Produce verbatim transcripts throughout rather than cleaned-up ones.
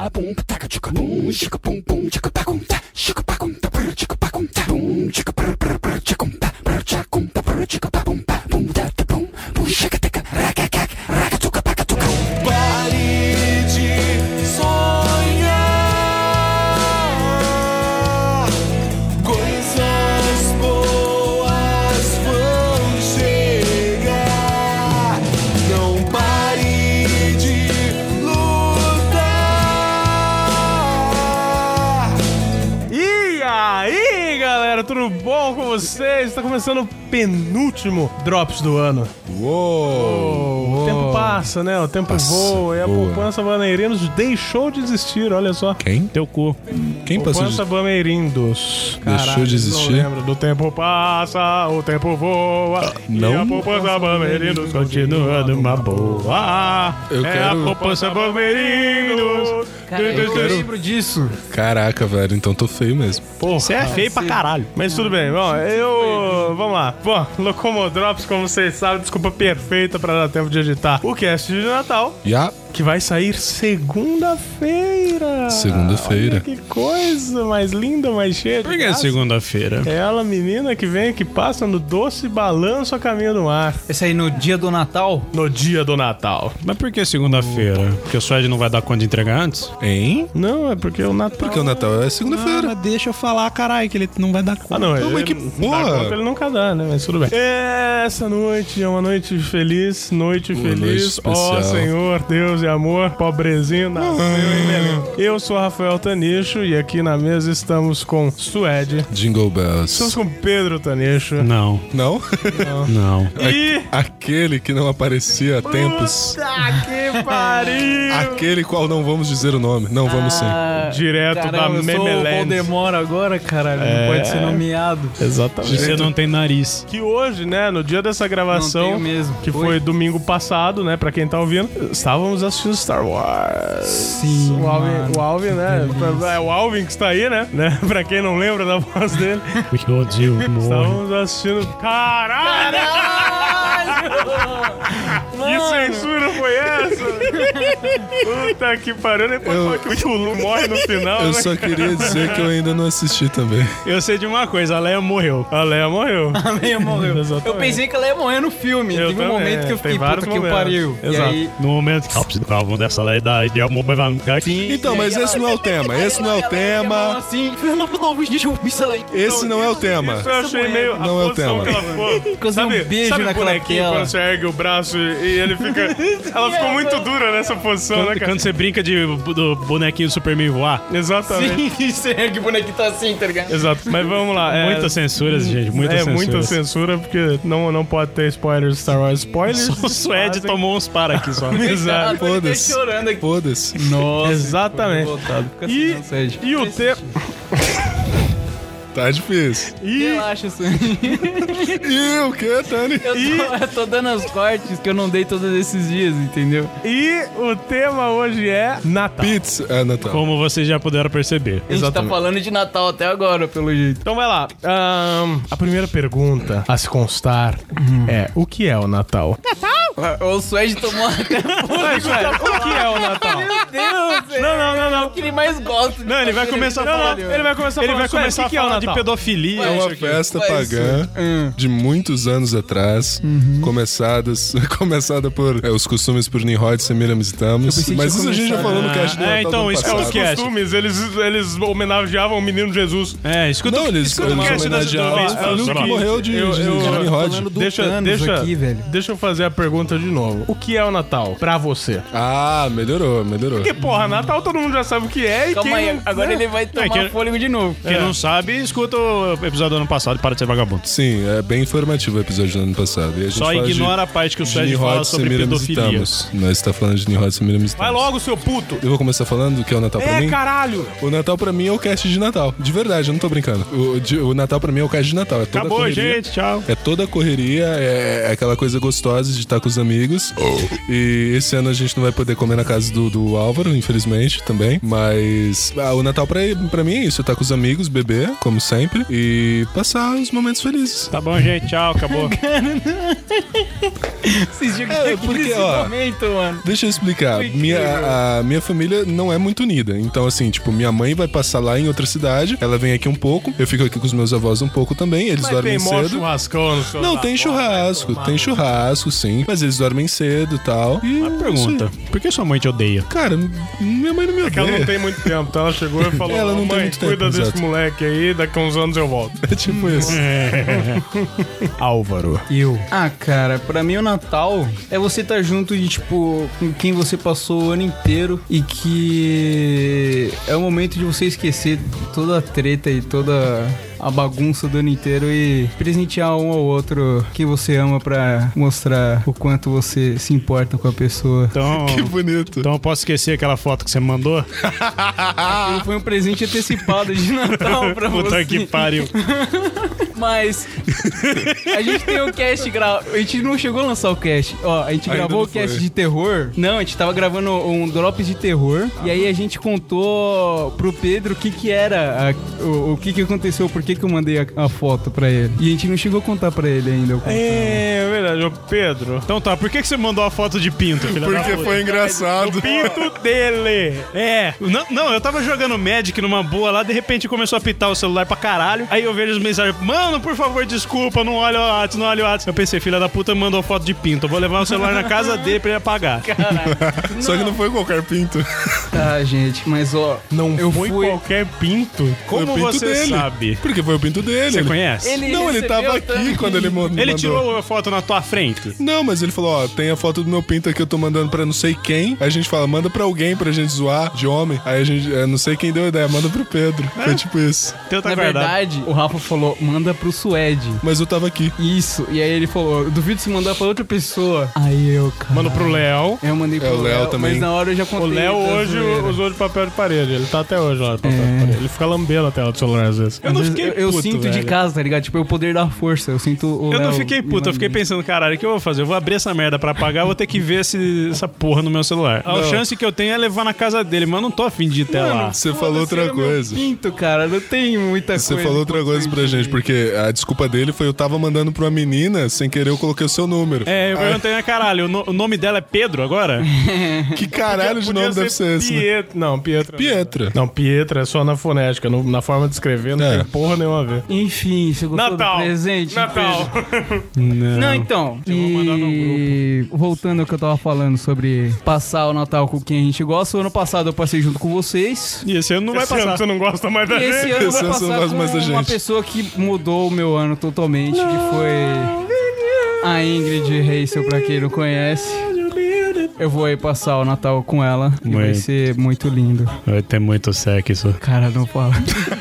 boom, taka chicka boom, chicka boom boom, chicka bakum ta, chicka bakum ta, chicka bakum ta, boom, chicka brr brr brr, chickum ta, brr chickum ta, brr chicka bakum ta, boom ta ta boom, boom chicka tica, raca cac, raca tuca paca tuca. Pare de sonhar, coisas boas vão chegar. Não pare de lutar. E aí, galera, tudo bom com vocês? Está começando o penúltimo Drops do ano. Uou! O tempo passa, né? O tempo Passa, voa. E a voa. poupança Bameirindos deixou de existir, olha só. Quem? Teu cu. Quem passou Poupança de... Bameirindos. Deixou de existir? Não lembro. Do tempo passa, o tempo voa. Não. E a poupança Bameirindos continua numa boa. Eu é quero- a poupança Bameirindos. Cara, eu quero- lembro disso. Caraca, velho, então tô feio mesmo. Você é feio pra caralho. Mas tudo bem, bom, eu... Vamos lá. Bom, Locomodrops, como vocês sabem, desculpa perfeita pra dar tempo de editar o cast de Natal, Já? que vai sair segunda-feira. Segunda-feira. Olha que coisa mais linda, mais cheia de Por que é graça. segunda-feira? É ela, menina que vem, que passa no doce balanço a caminho do mar. Esse aí no dia do Natal? No dia do Natal. Mas por que segunda-feira? Porque o Suede não vai dar conta de entregar antes? Hein? Não, é porque o Natal... Porque o Natal é segunda-feira. mas deixa eu falar, caralho, que ele não vai dar conta. Ah, não, Não, ele, mas que dá porra. conta, ele nunca dá, né? Mas tudo bem. Essa noite é uma noite feliz, noite Uma feliz. noite Ó especial. Senhor, Deus e amor, pobrezinho nasceu em Belém. Eu sou Rafael Tanicho e aqui na mesa estamos com Suede. Jingle Estamos Bells. com Pedro Tanicho. Não, Não? não. E... Aquele que não aparecia há tempos. Puta que pariu! Aquele qual não vamos dizer o nome. Não vamos sim. Direto Caramba, da eu sou o Memeland. Voldemort agora, caralho. Não pode ser nomeado. Exatamente. Você não tem nariz. Que hoje, né, no dia dessa Não gravação, tenho mesmo. que foi Oi? domingo passado, né, pra quem tá ouvindo, estávamos assistindo Star Wars. Sim, O Alvin, mano, o Alvin, né, é o Alvin que está aí, né, né, pra quem não lembra da voz dele. Porque o Dio morre. Estávamos assistindo... Caralho! Que censura foi essa? Puta que pariu, nem pode Eu- falar que o Tulu morre no final, Eu né? só queria dizer que eu ainda não assisti também. Eu sei de uma coisa, a Leia morreu. A Leia morreu. A Leia morreu. Exatamente. Eu pensei que ela ia morrer no filme. Eu Teve um também, momento que eu tem fiquei, vários puta que momentos. pariu. Exato. E aí... No momento que eu calma dessa Leia da de amor vai ficar. Sim, Então, mas esse não é o tema. Esse não é o tema. Assim, pelo amor de Deus, isso aí. Esse não é o tema. Isso eu achei meio... Não é a o posição tema. que ela ficou. Quase Sabe, um beijo sabe o naquela bonequinho tela. quando você ergue o braço e ele fica... Ela ficou muito dura nessa posição, né, Quando, cara? quando você brinca de, do bonequinho do Superman voar. Exatamente. Sim, segue o bonequinho tá assim, tá ligado? Exato. Mas vamos lá. é- Muita censura, gente. Muita é, censura. muita censura, porque não, não pode ter spoilers de Star Wars. Spoilers... O Suede fazem- tomou uns para aqui só. Exato. Foda-se. chorando aqui. Foda-se. Nossa. Exatamente. Fica assim, E, não, Sérgio. e o te... Tá difícil. E... Relaxa, isso. E o que, Tani? Eu tô, eu tô dando os cortes que eu não dei todos esses dias, entendeu? E o tema hoje é Natal. Pizza. É, Natal. Como vocês já puderam perceber. A gente tá falando de Natal até agora, pelo jeito. Então vai lá. Ahn, a primeira pergunta a se constar é: o que é o Natal? O Suede tomou até Não, isso é, o que é o Natal? Meu Deus, Não, não, não, não. o que ele mais gosta. Não, ele vai começar a Não, falar. não, ele vai começar a Ele falar, vai Suede, começar o a que é o falar de Natal? pedofilia. É uma isso aqui. festa Vai, pagã Hum. de muitos anos atrás, começadas, começada por é, os costumes por Nimrod, Semiramis e Tammuz. pensei que Mas tinha isso a gente já começado. falou no cast do É, Natal então, do ano isso é passado. o que é. Costumes, eles, eles homenageavam o menino Jesus. É, escuta Não, eles, escuta o eles cast das- homenagearam do- o filho do- que do- morreu de, Eu- de, eu- de eu- Nimrod. falando do Deixa, Thanos deixa, aqui, velho. deixa eu fazer a pergunta de novo. O que é o Natal pra você? Ah, melhorou, melhorou. Porque, porra, Natal todo mundo já sabe o que é e Calma quem aí, não- agora né? ele vai tomar que- fôlego de novo. Quem não sabe, escuta o episódio do ano passado e para de ser vagabundo. Sim, é bem informativo o episódio do ano passado. E a gente Só fala ignora de, a parte que o de Suede Nimrod, fala sobre Semiramis e pedofilia. Tammuz. Nós tá falando de Nimrod, Semiramis e Vai Tammuz. logo, seu puto! Eu vou começar falando do que é o Natal pra É, mim? caralho! O Natal pra mim é o cast de Natal. De verdade, eu não tô brincando. O, de- o Natal pra mim é o cast de Natal. É toda Acabou, a correria. gente. Tchau. É toda a correria, é, é aquela coisa gostosa de estar com os amigos. E esse ano a gente não vai poder comer na casa do, do Álvaro, infelizmente, também. Mas ah, o Natal pra, pra mim é isso, estar com os amigos, beber, como sempre, e passar os momentos felizes. Tá bom, gente. Tchau, acabou. Vocês jogam É, aqui porque, nesse ó, momento, mano. Deixa eu explicar. Foi Minha, incrível. a, a minha família não é muito unida. Então, assim, tipo, minha mãe vai passar lá em outra cidade, ela vem aqui um pouco, eu fico aqui com os meus avós um pouco também, eles Mas dormem tem mó cedo. churrascão no seu Não, avó, tem vai churrasco, tomar tem no- churrasco, sim. Mas eles dormem cedo e tal. E Uma pergunta. Por que sua mãe te odeia? Cara, minha mãe não me É que ela não odeia. tem muito tempo, então ela chegou e falou: Ela não tem mãe, muito tempo, cuida desse exato. moleque aí, daqui a uns anos eu volto. É tipo isso. Álvaro. Eu. Ah, cara, pra mim o Natal é você estar junto de, tipo, com quem você passou o ano inteiro e que é o momento de você esquecer toda a treta e toda a bagunça do ano inteiro e presentear um ao outro quem você ama pra mostrar o quanto você se importa com a pessoa. Então, Que bonito. então eu posso esquecer aquela foto que você mandou? Aquilo foi um presente antecipado de Natal pra Puta você. que pariu. Mas a gente tem o cast gra... A gente não chegou a lançar o cast. Ó, a gente Ainda gravou não o cast foi. de terror. Não, a gente tava gravando um Drops de terror. E aí a gente contou pro Pedro o que que era, a- o, o que que aconteceu, por que que eu mandei a, a foto pra ele. E a gente não chegou a contar pra ele ainda. o contexto. É verdade, ô Pedro. Então tá, por que, que você mandou a foto de pinto, filha da Porque puta? foi engraçado. Pinto dele. É, não, não, eu tava jogando Magic numa boa lá, de repente começou a pitar o celular pra caralho. Aí eu vejo as mensagens, mano, por favor, desculpa, não olha o WhatsApp, não olha o WhatsApp. Eu pensei, filha da puta mandou foto de pinto, eu vou levar o celular na casa dele pra ele apagar. Só que não foi qualquer pinto. Tá, gente, mas ó. Não eu foi fui... qualquer pinto. Como Foi o pinto você dele. sabe? Porque foi o pinto dele. Você Ele- conhece? Ele, Ele Não, ele recebeu tava aqui também. quando ele mo- mandou. tirou a foto na tua frente. Não, mas ele falou, ó, tem a foto do meu pinto aqui, eu tô mandando pra não sei quem. Aí a gente fala, manda pra alguém pra gente zoar, de homem. Aí a gente, é, não sei quem deu a ideia, manda pro Pedro. Foi tipo isso. Teu tá Na guardado. verdade, o Rafa falou, manda pro Suede. Mas eu tava aqui. Isso. E aí ele falou, eu duvido se mandar pra outra pessoa. Aí eu, cara. Mano pro Léo. Eu mandei pro É, o Léo também. Mas na hora eu já contei. O Léo da hoje zoeira. usou de papel de parede. Ele tá até hoje lá de papel É. de parede. Ele fica lambendo a tela do celular às vezes. Eu não Às vezes fiquei eu, eu puto, sinto de velho. casa, tá ligado? Tipo, é o poder da força. Eu sinto o Eu não Léo fiquei me puto, eu fiquei mandando. pensando, caralho, o que eu vou fazer? Eu vou abrir essa merda pra apagar, eu vou ter que ver esse, essa porra no meu celular. A Não. chance que eu tenho é levar na casa dele, mas eu não tô afim de ir até lá. Você falou outra Era meu coisa. Pinto, cara, não tem muita Você coisa. falou outra coisa pra gente, porque a desculpa dele foi eu tava mandando pra uma menina, sem querer eu coloquei o seu número. É, eu perguntei, né, caralho, o, no- o nome dela é Pedro agora? Que caralho de Podia nome deve ser esse? né? Pietro. Não, Pietra. Pietra. Não, Pietra é só na fonética. no- na forma de escrever não É. tem porra nenhuma a ver. Enfim, você gostou Natal. do presente? Natal. Não. Não, então. Eu vou mandar no E voltando ao que eu tava falando sobre passar o Natal com quem a gente gosta, o ano passado eu passei junto com vocês. E esse ano não vai Esse ano passar. você não gosta mais da E esse gente. ano eu Esse vou ano você não passar gosta mais da com uma gente. pessoa que mudou o meu ano totalmente, que foi a Ingrid Reisel, pra quem não conhece. Eu vou aí passar o Natal com ela e vai Muito. ser muito lindo. Vai ter muito sexo. Cara, não fala.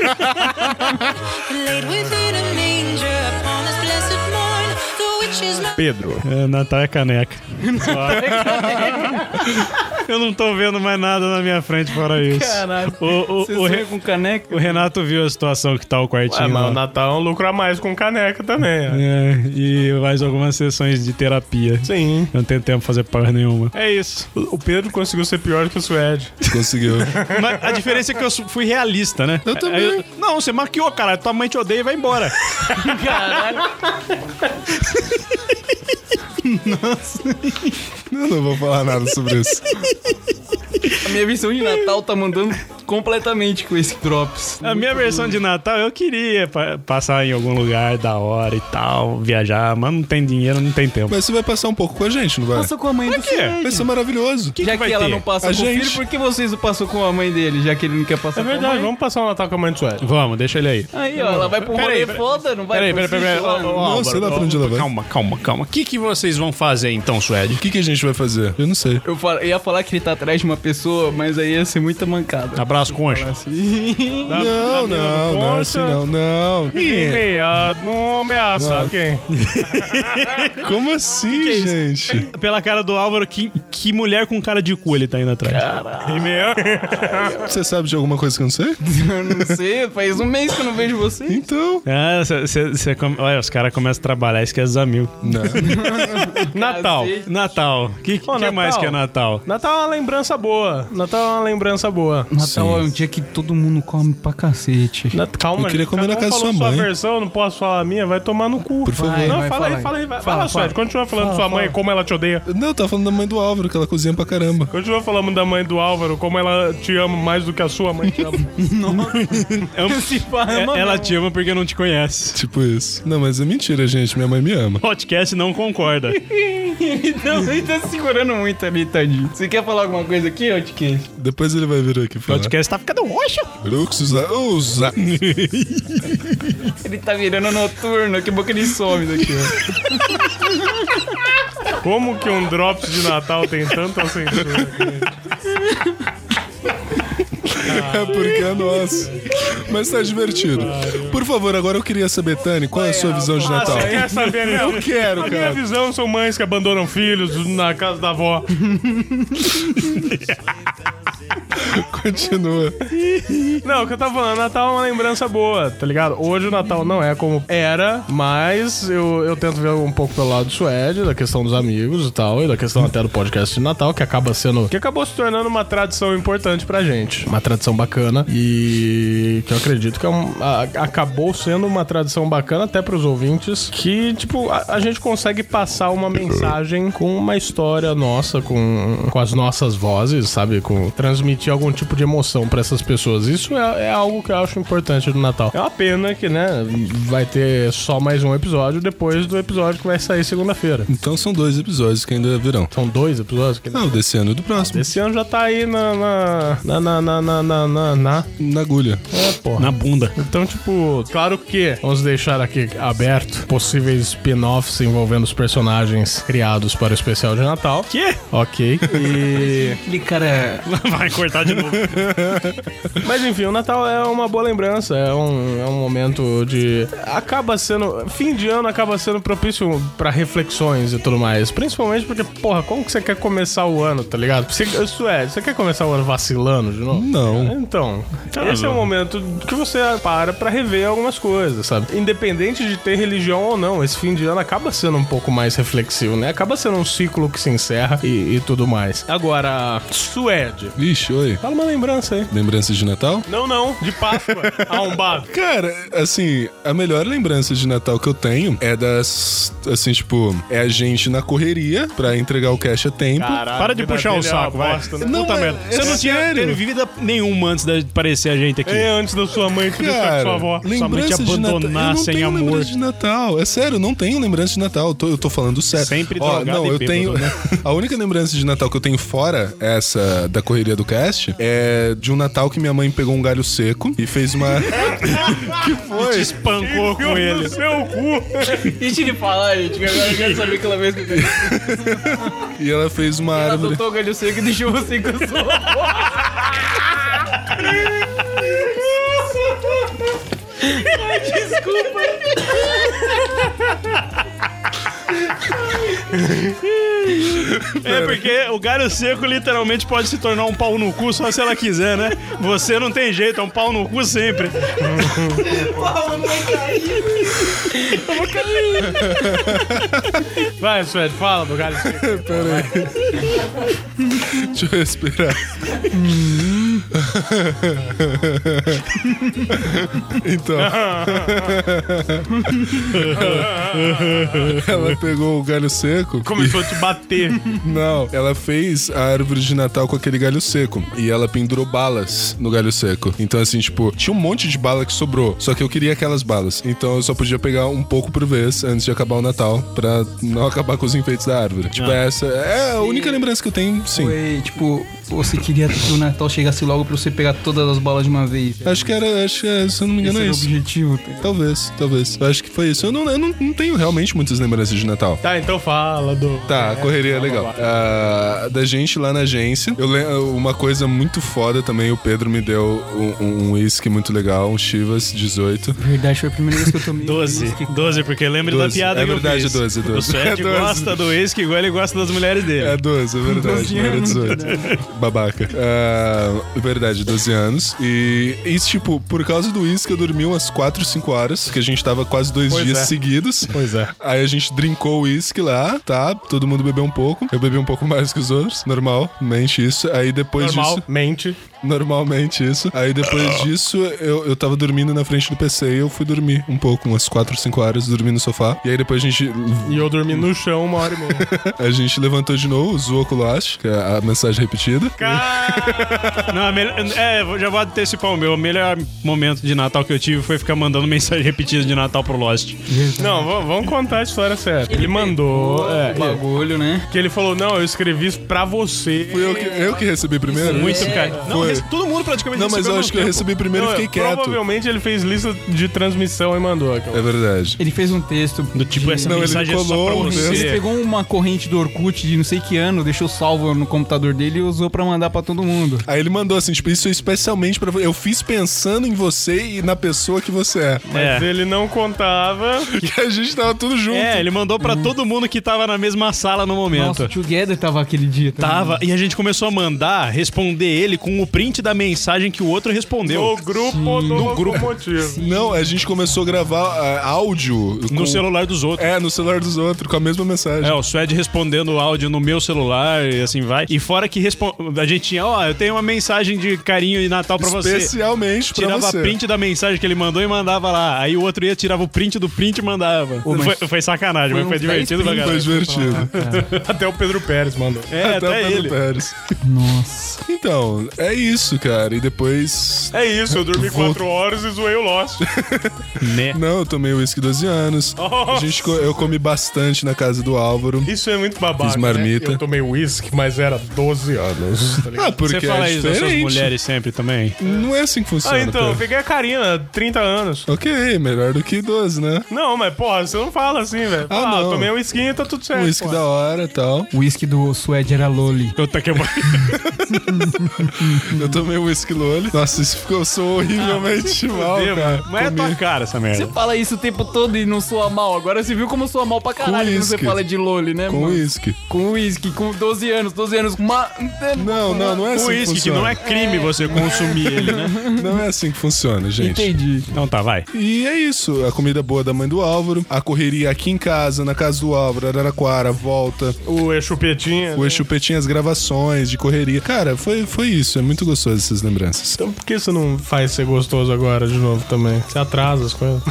Laid within a manger upon this blessed morn, the witches know. Pedro. É, Natal é caneca. Só. Eu não tô vendo mais nada na minha frente fora isso. Caralho. O, o, Você o, Re- sonha com caneca? o Renato viu a situação que tá o Ah, quartinho mas o lá. Natal é um lucro a mais com caneca também. é. É, e mais algumas sessões de terapia. Sim. Eu não tenho tempo pra fazer porra nenhuma. É isso. O o Pedro conseguiu ser pior que o Suede. Conseguiu. Mas a diferença é que eu su- fui realista, né? Eu também. Aí eu- não, você maquiou, cara. Tua mãe te odeia e vai embora. Eu não vou falar nada sobre isso. A minha versão de Natal tá mandando completamente com esse Drops. A minha versão de Natal, eu queria pa- passar em algum lugar da hora e tal, viajar, mas não tem dinheiro, não tem tempo. Mas você vai passar um pouco com a gente, não vai? Passa com a mãe do quê? Suede. Vai ser maravilhoso. Já que que, vai ela ter? não passa A com gente. o filho, por que vocês não passam com a mãe dele, já que ele não quer passar É com a verdade, mãe? vamos passar um Natal com a mãe do Suede. Vamos, deixa ele aí. Aí, ó, ela vai pra um Peraí, rolê peraí. foda, não vai Peraí, pro peraí, peraí. sítio lá, Ô, não. ô, Não, sei Álvaro, lá pra onde ela vai. Calma, calma, calma. O que, que vocês vão fazer então, Suede? O que, que a gente vai fazer? Eu não sei. Eu fal- eu ia falar que ele tá atrás de uma pessoa, mas aí ia ser muita mancada. Abraço, concha. Assim. Não, não, não, assim não, não. Meia, não ameaça. Quem? Como assim, gente? Pela cara do Álvaro, que, que mulher com cara de cu ele tá indo atrás. Meia. Você sabe de alguma coisa que eu não sei? Eu não sei, faz um mês que eu não vejo vocês. Então. Ah, cê, cê, cê come- olha, os caras começam a trabalhar e esquecem dos amigos. Não. Natal. Cacete. Natal. O que, Pô, que Natal. mais que é Natal? Natal é uma lembrança boa. boa. Natal é uma lembrança boa. Natal Sim. é um dia que todo mundo come pra cacete. Na- Calma, Eu queria gente, comer cada na um casa da falou sua mãe. sua versão, eu não posso falar a minha, vai tomar no cu. Por favor. Vai, Não, vai, fala aí, fala fala aí. aí. Vai. Fala, Fala, fala. Suede. Continua falando Fala, da sua mãe, fala. como ela te odeia. Não, eu tava falando da mãe do Álvaro, que ela cozinha pra caramba. Continua falando da mãe do Álvaro, como ela te ama mais do que a sua mãe te ama. É, ela te ama porque não te conhece. Tipo isso. Não, mas é mentira, gente. Minha mãe me ama. Podcast não concorda. Não, ele tá segurando muito ali, tadinho. Você quer falar alguma coisa aqui, ô Tiquinho? Depois ele vai vir aqui falar. Podcast tá ficando roxo. Bruxos, usa. Ele tá virando noturno, daqui a pouco ele some daqui, ó. Como que um Drops de Natal tem tanta censura? É porque é nosso. Mas tá divertido. Por favor, agora eu queria saber, Tani, qual é a sua visão de Natal? Você quer saber, né? Eu quero, A minha cara. visão são mães que abandonam filhos na casa da avó. Continua. Não, o que eu tava falando, Natal é uma lembrança boa, tá ligado? Hoje o Natal não é como era, mas eu, eu tento ver um pouco pelo lado do Suede, da questão dos amigos e tal, e da questão até do podcast de Natal, que acaba sendo... que acabou se tornando uma tradição importante pra gente. Uma tradição bacana e que eu acredito que é um, a- acabou sendo uma tradição bacana até pros ouvintes, que, tipo, a, a gente consegue passar uma mensagem com uma história nossa, com, com as nossas vozes, sabe? Com transmitir algum tipo de emoção pra essas pessoas. Isso é, é algo que eu acho importante do Natal. É uma pena que, né, vai ter só mais um episódio depois do episódio que vai sair segunda-feira. Então são dois episódios que ainda virão. São dois episódios? Que... Não, desse ano e do próximo. Esse ano já tá aí na... na... na... na... na... na... na... na... na... Na agulha. É, porra. Na bunda. Então, tipo, claro que vamos deixar aqui aberto possíveis spin-offs envolvendo os personagens criados para o especial de Natal. Quê? Ok. E... Aquele cara... Vai cortar de novo. Mas enfim, o Natal é uma boa lembrança, é um, é um momento de... Acaba sendo... Fim de ano acaba sendo propício pra reflexões e tudo mais. Principalmente porque, porra, como que você quer começar o ano, tá ligado? Você, isso é, você quer começar o ano vacilando de novo? Não. Então, esse é o momento que você para pra rever algumas coisas, sabe? Independente de ter religião ou não, esse fim de ano acaba sendo um pouco mais reflexivo, né? Acaba sendo um ciclo que se encerra e, e tudo mais. Agora, Suede. Ixi, oi. Fala uma lembrança aí. Lembranças de Natal? Não, não, de Páscoa. Arrombado. Cara, assim, a melhor lembrança de Natal que eu tenho é das, assim, tipo, é a gente na correria pra entregar o cash a tempo. Caralho, Para de vida puxar o dele é uma saco, vai. bosta, né? Não, Puta é- merda. é Você não tinha sério. teve vida nenhuma antes de aparecer a gente aqui. É antes da sua mãe que deixou com sua avó. Sua mãe te lembrança de Natal. abandonar Eu não sem tenho amor. lembrança de Natal. É sério, eu não tenho lembrança de Natal. Eu tô, eu tô falando sério. Sempre Ó, drogado não, e eu bêbado, tenho. né? A única lembrança de Natal que eu tenho fora essa da correria do cast é de um Natal que minha mãe pegou um galho seco e fez uma. Que foi? Te espancou com ele. Seu cu. Deixa ele falar, gente, que agora eu quero saber aquela vez que eu E ela fez uma Ela árvore. adotou o galho seco e deixou você com a sua... É porque o galho seco literalmente pode se tornar um pau no cu só se ela quiser, né? Você não tem jeito, é um pau no cu sempre. Vai, Suede, fala do galho seco. Pera aí. Deixa eu respirar. Então. Ela pegou o galho seco. Começou a te bater. Não, ela fez a árvore de Natal com aquele galho seco. E ela pendurou balas no galho seco. Então, assim, tipo, tinha um monte de bala que sobrou. Só que eu queria aquelas balas. Então eu só podia pegar um pouco por vez antes de acabar o Natal. Pra não acabar com os enfeites da árvore. Tipo, essa é a única lembrança que eu tenho, sim. Foi, tipo, você queria que o Natal chegasse logo pra você pegar todas as bolas de uma vez. Acho que era, acho que, é, se eu não me engano, Esse é era o isso. objetivo. Tá? Talvez, talvez. Eu acho que foi isso. Eu não, eu não, não tenho realmente muitas lembranças de Natal. Tá, então fala do... Tá, a correria é legal. Ah, da gente lá na agência. Eu lembro uma coisa muito foda também. O Pedro me deu um- um uísque muito legal, um Chivas dezoito. Verdade, foi a primeira vez que eu tomei. doze. uísque. doze, porque lembra da doze. piada É que verdade, eu fiz. doze, doze. O Suede É doze. gosta do ex que igual ele gosta das mulheres dele. É doze, é verdade, não era dezoito. babaca. Ah, verdade, doze anos. E isso, tipo, por causa do uísque, eu dormi umas quatro, cinco horas, que a gente tava quase dois Pois dias é. seguidos. Pois é. Aí a gente drinkou o uísque lá, tá? Todo mundo bebeu um pouco. Eu bebi um pouco mais que os outros. Normalmente isso. Aí depois disso... Normalmente. Normalmente isso. Aí depois disso, eu, eu tava dormindo na frente do P C e eu fui dormir um pouco, umas quatro, cinco horas, dormi no sofá. E aí depois a gente... E eu dormi no chão uma hora e meia. A gente levantou de novo, zoou com o Lost, que é a mensagem repetida. Não, a melhor, é, eu já vou antecipar o meu. O melhor momento de Natal que eu tive foi ficar mandando mensagem repetida de Natal pro Lost. Não, v- vamos contar a história séria. Ele mandou... É, O bagulho, né? que ele falou, não, eu escrevi isso pra você. Fui eu que, eu que recebi primeiro? Muito, cara. Não, Foi. res- todo mundo praticamente Não, mas recebeu eu ao acho que eu mesmo tempo. recebi primeiro Não, e fiquei quieto. Provavelmente ele fez lista de transmissão e mandou aquela. É verdade. Ele fez um texto. Do tipo, essa Não, ele mensagem é só colou pra um você. Ele pegou uma corrente do Orkut de não sei que ano, deixou salvo no computador dele e usou pra mandar pra todo mundo. Aí ele mandou assim, tipo, isso é especialmente pra você. Eu fiz pensando em você e na pessoa que você é. Mas É. ele não contava. Que a gente tava tudo junto. É, ele mandou pra todo mundo que tava na mesma sala no momento. Nossa, o Together tava aquele dia também. Tava, e a gente começou a mandar, responder ele com o print da mensagem que o outro respondeu. No grupo do No grupo. Locomotivo. Não, a gente começou a gravar ah, áudio. No com- celular dos outros. É, no celular dos outros, com a mesma mensagem. É, o Suede respondendo o áudio no meu celular e assim vai. E fora que respon... a gente tinha, ó, eu tenho uma mensagem de carinho e Natal pra você. Especialmente pra Tirava você. a print da mensagem que ele mandou e mandava lá. Aí o outro ia, tirava o print do print e mandava. Ô, mas foi, foi sacanagem, foi mas foi uns divertido pra dez Foi caralho. divertido. Até o Pedro Pérez mandou. É, Até até, o Pedro ele. Pérez. Nossa. Então, é isso, cara. E depois... É isso, eu dormi Vou- quatro horas e zoei o Lost. Né? Não, eu tomei uísque doze anos. A gente, co- eu comi bastante na casa do Álvaro. Isso é muito babaca, Fiz marmita. né? Eu tomei uísque, mas era doze anos, tá ligado? Ah, porque Você fala é isso das suas diferente. mulheres sempre também? Não é assim que funciona. Ah, então, eu cara. peguei a Karina, trinta anos. Ok, melhor do que doze, né? Não, mas porra, você não fala assim, velho. Ah, Ah, não. tomei um whisky e tá tudo certo. Um uísque porra. da hora e tal. O whisky do Suede era Loli. Puta que pariu. Eu tomei um uísque Loli. Nossa, isso ficou sou horrivelmente mal, Fudeu, cara. mano. Mas é tua cara essa Você merda. fala isso o tempo todo e não soa mal. Agora você viu como soa mal pra caralho quando você uísque. fala de Loli, né, Com mano? uísque. Com uísque, com doze anos, doze anos. Uma... Não, não, não é assim O que uísque, que funciona. não é crime você consumir ele, né? Não é assim que funciona, gente. Entendi. Então tá, vai. E é isso, a comida boa da mãe do Álvaro, a correria aqui em casa, na casa do Álvaro, Araraquara, volta, O Exupetinha. o Exupetinha, as gravações de correria. Cara, foi, foi isso, é muito gostoso essas lembranças. Então por que você não faz ser gostoso agora de novo também? Você atrasa as coisas.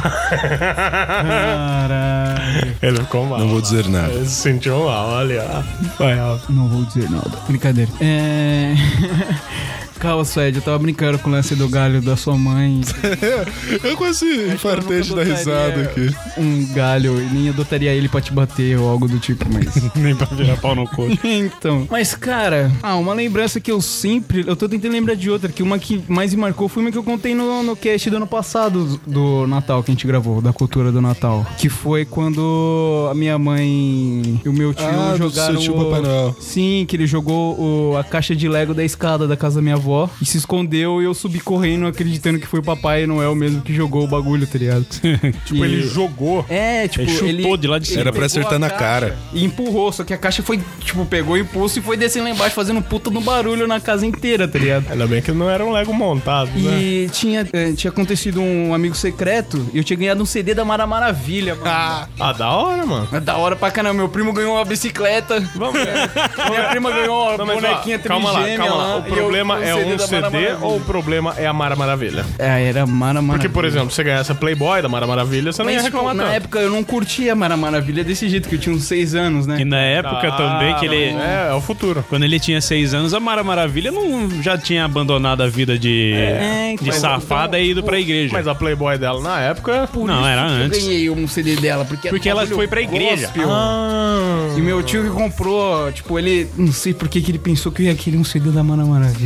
Caralho. Ele ficou mal. Não vou dizer nada. Ele se sentiu mal, olha. Vai, Alfa. Não vou dizer nada. Brincadeira. É... Calma, Suede, eu tava brincando com o lance do galho da sua mãe. Eu quase infartei de dar risada aqui. Um galho, e nem adotaria ele pra te bater ou algo do tipo, mas... Nem pra virar pau no cu. Então. Mas, cara, ah, uma lembrança que eu sempre. Eu tô tentando lembrar de outra, que uma que mais me marcou foi uma que eu contei no, no cast do ano passado do Natal que a gente gravou, da cultura do Natal. Que foi quando a minha mãe e o meu tio Ah, do jogaram. seu tio o- Papai Noel. Sim, que ele jogou o- a caixa de Lego da escada da casa da minha avó e se escondeu e eu subi correndo acreditando que foi o Papai Noel mesmo que jogou o bagulho, tá ligado? Tipo, ele jogou. É, tipo, Ele chutou ele de lá de cima. Era pra pegou acertar a na caixa cara. E empurrou, só que a caixa foi, tipo, pegou impulso e foi descendo lá embaixo, fazendo puta no barulho na casa inteira, tá ligado? Ainda bem que não era um Lego montado, né? E tinha, eh, tinha acontecido um amigo secreto e eu tinha ganhado um C D da Mara Maravilha, mano. Ah, da hora, mano. É da hora pra caramba. Meu primo ganhou uma bicicleta. Vamos ver. Minha prima ganhou uma Não, mas, ó, bonequinha calma lá, trigêmea calma lá. O e eu problema com é um da C Mara D Maravilha. ou o problema é a Mara Maravilha? É, era Mara Maravilha. Porque, por exemplo, você ganhasse a Playboy da Mara Maravilha, você não ia Mas, tipo, reclamar na tanto. época eu não curtia Mara Maravilha desse jeito, que eu tinha uns seis anos, né? E na época Ah, também que ele... É, é o futuro. Quando ele tinha seis anos, a Mara Maravilha não já tinha abandonado a vida de, É, de então, safada e ido pra igreja. Mas a Playboy dela na época. Por Não, isso era que antes. Eu ganhei um C D dela, porque, era Porque um ela bagulho foi pra igreja. gospel. Ah. E meu tio que comprou, tipo, ele. Não sei por que que ele pensou que eu ia querer um C D da Mara Maravilha, cara.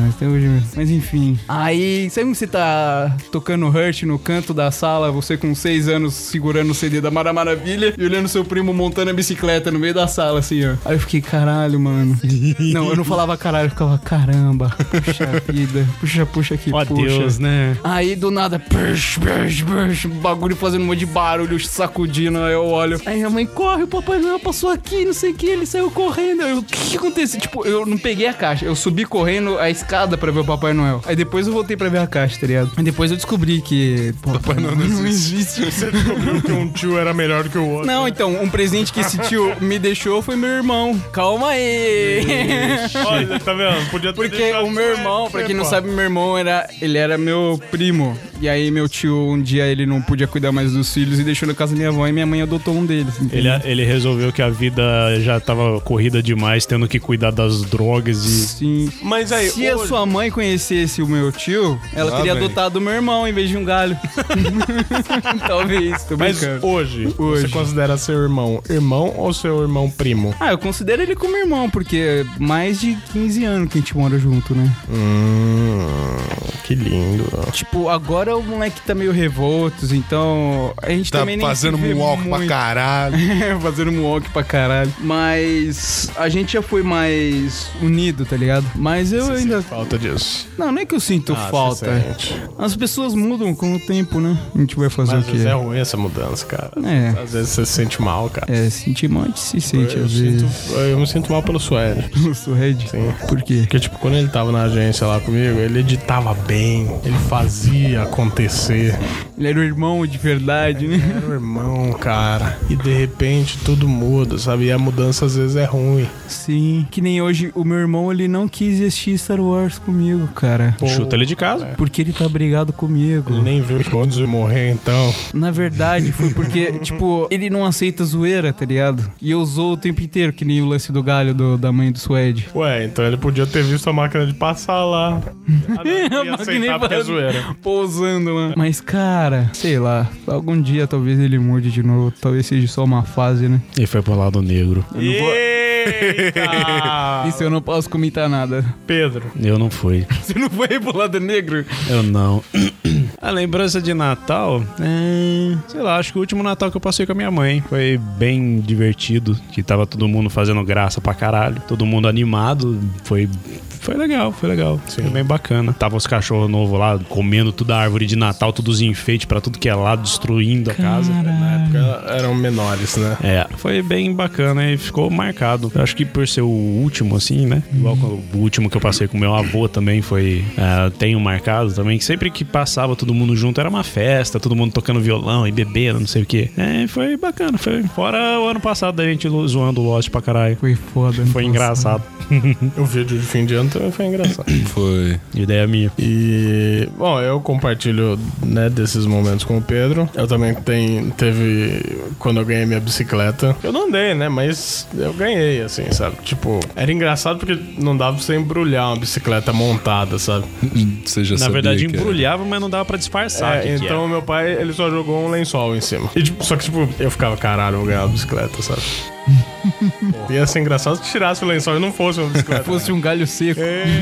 cara. Até hoje mesmo. Mas enfim. Aí, sabe quando você tá tocando Hurt no canto da sala, você com seis anos segurando o C D da Mara Maravilha e olhando seu primo montando a bicicleta no meio da sala, assim, ó. Aí eu fiquei, caralho, mano. Não, eu não falava caralho, eu ficava, caramba, puxa vida, puxa, puxa aqui, Ó puxa. Deus, né? Aí do nada, push, push, push, bagulho fazendo um monte de barulho, sacudindo, aí eu olho. Aí a mãe corre, o Papai Noel passou aqui, não sei o que, ele saiu correndo. Aí eu, o que que aconteceu? Tipo, eu não peguei a caixa, eu subi correndo a escada pra ver o Papai Noel. Aí depois eu voltei pra ver a caixa, tá ligado? Aí depois eu descobri que pô, Papai Noel não existe. Você descobriu que um tio era melhor do que o outro. Não, então, um presente que esse tio me deixou foi meu irmão. Calma aí. Olha, tá vendo? Podia ter Porque deixado o meu irmão, pra quem não pô. sabe, meu irmão era, ele era meu primo. E aí meu tio, um dia ele não podia cuidar mais dos filhos e deixou na casa da minha avó e minha mãe adotou um deles. Ele, entendeu? ele resolveu que a vida já tava corrida demais, tendo que cuidar das drogas e... Sim. Mas aí, Se a hoje- sua mãe conhecesse o meu tio, ela Lá teria vem. adotado o meu irmão em vez de um galho. Talvez, tô Mas brincando. hoje, Hoje. você considera seu irmão irmão ou seu irmão primo? Ah, eu considero ele como irmão, porque é mais de quinze anos que a gente mora junto, né? Hum, que lindo. Tipo, agora o moleque tá meio revoltos, então a gente Tá também nem fazendo se vê moonwalk pra muito. caralho. Fazendo moonwalk pra caralho. Mas a gente já foi mais unido, tá ligado? Mas eu ainda... Falta disso. Não, não é que eu sinto Ah, falta. você sente. As pessoas mudam com o tempo, né? A gente vai fazer Mas o às vezes quê? é ruim essa mudança, cara. É. Às vezes você se sente mal, cara. É, sentir mal a gente se sente eu, às sinto, vezes. eu me sinto mal pelo Suede. Eu sou Red. Sim. Por quê? Porque, tipo, quando ele tava na agência lá comigo, ele editava bem, ele fazia acontecer. Ele era o irmão de verdade, né? Era o irmão, cara. E de repente tudo muda, sabe? E a mudança às vezes é ruim. Sim. Que nem hoje, o meu irmão, ele não quis assistir Star Wars comigo, cara. Pô, Chuta ele de casa. Porque ele tá brigado comigo. Ele nem viu quando eu morrer, então. Na verdade, foi porque, tipo, ele não aceita zoeira, tá ligado? E eu zoo o tempo inteiro, que nem o lance do galho do- da mãe do Suede. Ué, então ele podia ter visto a máquina de passar lá. Ah, não, ele ia aceitar porque é zoeira. Pousando, mano. Mas, cara, sei lá. Algum dia talvez ele mude de novo. Talvez seja só uma fase, né? E foi pro lado negro. Eita! Isso eu não posso comentar nada. Pedro. Eu não fui. Você não foi pro lado negro? Eu não. A lembrança de Natal, é, sei lá, acho que o último Natal que eu passei com a minha mãe foi bem divertido, que tava todo mundo fazendo graça pra caralho, todo mundo animado, foi, foi legal, foi legal, foi bem bacana. Tava os cachorros novos lá, comendo toda a árvore de Natal, todos os enfeites pra tudo que é lado, destruindo a casa. Na época eram menores, né? É, foi bem bacana e ficou marcado. Eu acho que por ser o último, assim, né? Igual com o último que eu passei com meu avô também foi... É, tenho marcado também, que sempre que passava todo mundo junto era uma festa, todo mundo tocando violão e bebendo, não sei o quê. É, foi bacana, foi. Fora o ano passado da gente zoando o Lost pra caralho. Foi foda. né? Foi engraçado. O vídeo de fim de ano também foi engraçado. Foi. Ideia minha. E, bom, eu compartilho, né, desses momentos com o Pedro. Eu também tenho, teve, quando eu ganhei minha bicicleta, eu não andei, né, mas eu ganhei, assim, sabe? Tipo, era engraçado porque não dava pra você embrulhar uma bicicleta montada, sabe? Você já Na sabia verdade, que era. embrulhava, mas não dava pra disfarçar. É, que que então meu pai, ele só jogou um lençol em cima. E, tipo, só que, tipo, eu ficava, caralho, eu vou ganhar uma bicicleta, sabe? Pô, ia ser engraçado se tirasse o lençol e não fosse uma bicicleta. Fosse um galho seco.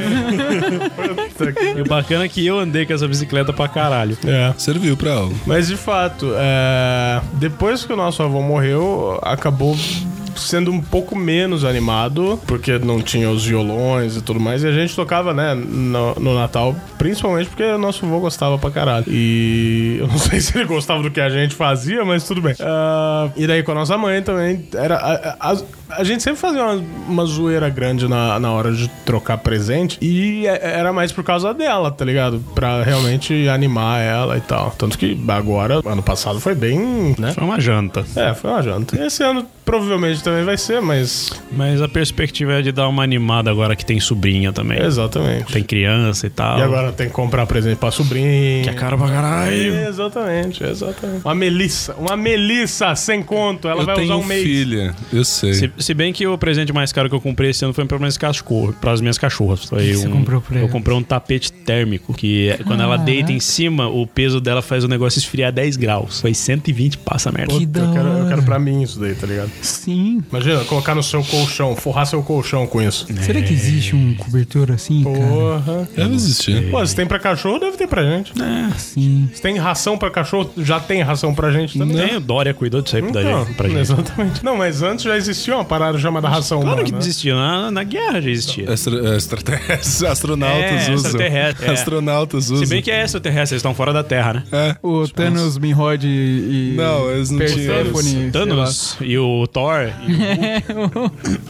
Puta que- E o bacana é que eu andei com essa bicicleta pra caralho. É. Serviu pra algo. Mas de fato, é, depois que o nosso avô morreu, acabou sendo um pouco menos animado, porque não tinha os violões e tudo mais, e a gente tocava, né, no, no Natal, principalmente porque o nosso avô gostava pra caralho. E eu não sei se ele gostava do que a gente fazia, mas tudo bem. Ah, e daí com a nossa mãe também, era... A, a, a gente sempre fazia uma, uma zoeira grande na, na hora de trocar presente, e é- era mais por causa dela, tá ligado? Pra realmente animar ela e tal. Tanto que agora, ano passado foi bem, né? Foi uma janta. É, foi uma janta. Esse ano provavelmente também vai ser, mas... Mas a perspectiva é de dar uma animada agora que tem sobrinha também. Exatamente. Tem criança e tal. E agora tem que comprar presente pra sobrinha. Que é caro pra caralho. Exatamente, exatamente. Uma Melissa. Uma Melissa sem conto. Ela eu vai tenho usar um mês. filha, eu sei. Se, Se bem que o presente mais caro que eu comprei esse ano foi para minhas cachorros, para as minhas cachorras. Foi que você um, comprou pra eu elas? comprei um tapete térmico, que é- quando ela deita em cima, o peso dela faz o negócio esfriar dez graus. Foi cento e vinte, passa merda. Que Eu da quero, eu hora. quero pra mim isso daí, tá ligado? Sim. Imagina, colocar no seu colchão, forrar seu colchão com isso. Será que existe um cobertor assim, cara? Porra. Deve existir. Pô, se tem pra cachorro, deve ter pra gente. Sim. Se tem ração pra cachorro, já tem ração pra gente também. Tem, o Dória cuidou disso aí da Então, gente, pra gente. exatamente. Não, mas antes já existia uma parada chamada ração Claro humana. que né? existia, na, na guerra já existia. Extra, extraterrestres, astronautas É, usam. extraterrestre, é. Astronautas usam. Se bem que é extraterrestre, eles estão fora da Terra, né? É. O Thanos, Minrod e... Não, eles não tinham Persephone, sei lá. Thanos e o Thor. E o...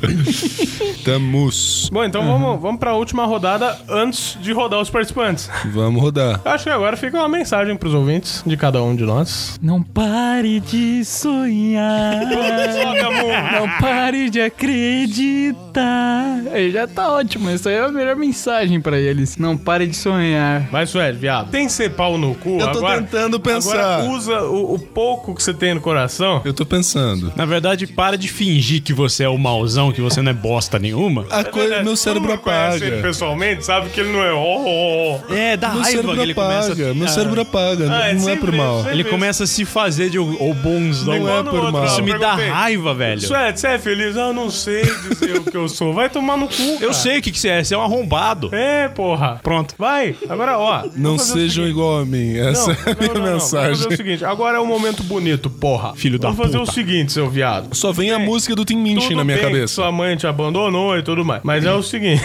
Tamus. Bom, então vamos, vamos pra última rodada antes de rodar os participantes. Vamos rodar. Acho que agora fica uma mensagem pros ouvintes de cada um de nós. Não pare de sonhar. Não pare de acreditar. Aí já tá ótimo. Essa aí é a melhor mensagem pra eles. Não pare de sonhar. Mas, Suede, viado, tem ser pau no cu Eu tô agora? tentando pensar. Agora usa o, o pouco que você tem no coração. Eu tô pensando. Na verdade, para de fingir que você é o mauzão, que você não é bosta nenhuma. A coisa, meu cérebro Todo mundo conhece ele apaga. pessoalmente, sabe que ele não é ó, ó, ó. É, dá Meu raiva cérebro que ele começa... apaga. Meu cérebro apaga. Ah, é Não é sempre por mal. isso, Ele começa a se fazer de o, o bonzão. Não é Igual no por outro, mal. ó, Isso me dá perguntei, raiva, velho. Suede, você é feliz? Ah, eu não sei dizer o que eu sou. Vai tomar no cu, Eu cara. sei o que, que você é, você é um arrombado. É, porra. Pronto. Vai. Agora, ó. Não vamos fazer o sejam seguinte. igual a mim. Essa Não, é a minha não, não, não. mensagem. Vamos fazer o seguinte. Agora é um momento bonito, porra. Filho da Vamos fazer puta. o seguinte, seu viado. Só vem a música do Tim Minchin Tudo na minha bem que cabeça. sua mãe te abandonou e tudo mais. Mas é o seguinte.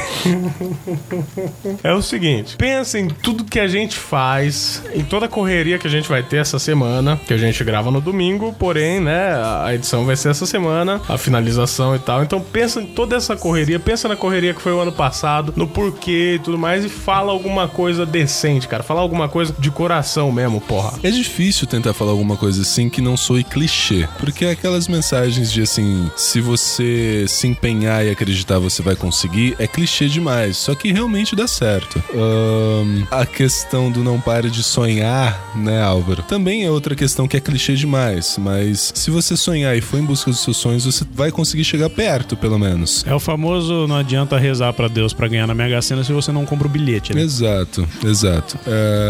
É o seguinte. Pensa em tudo que a gente faz, em toda a correria que a gente vai ter essa semana, que a gente grava no domingo, porém, né, a edição vai ser essa semana, a finalização e tal. Então pensa em toda essa correria, pensa na correria que foi o ano passado, no porquê e tudo mais, e fala alguma coisa decente, cara. Fala alguma coisa de coração mesmo, porra. É difícil tentar falar alguma coisa assim que não soe clichê. Porque é aquelas mensagens de assim, se você se empenhar e acreditar, você vai conseguir, é clichê demais. Só que realmente dá certo. Ahn, a questão do não pare de sonhar, né, Álvaro? Também é outra questão que é clichê demais. Mas se você sonhar e for em busca dos seus sonhos, você vai conseguir chegar perto, pelo menos. É o famoso não adianta rezar pra Deus pra ganhar na Mega Sena se você não compra o bilhete, né? Exato, exato.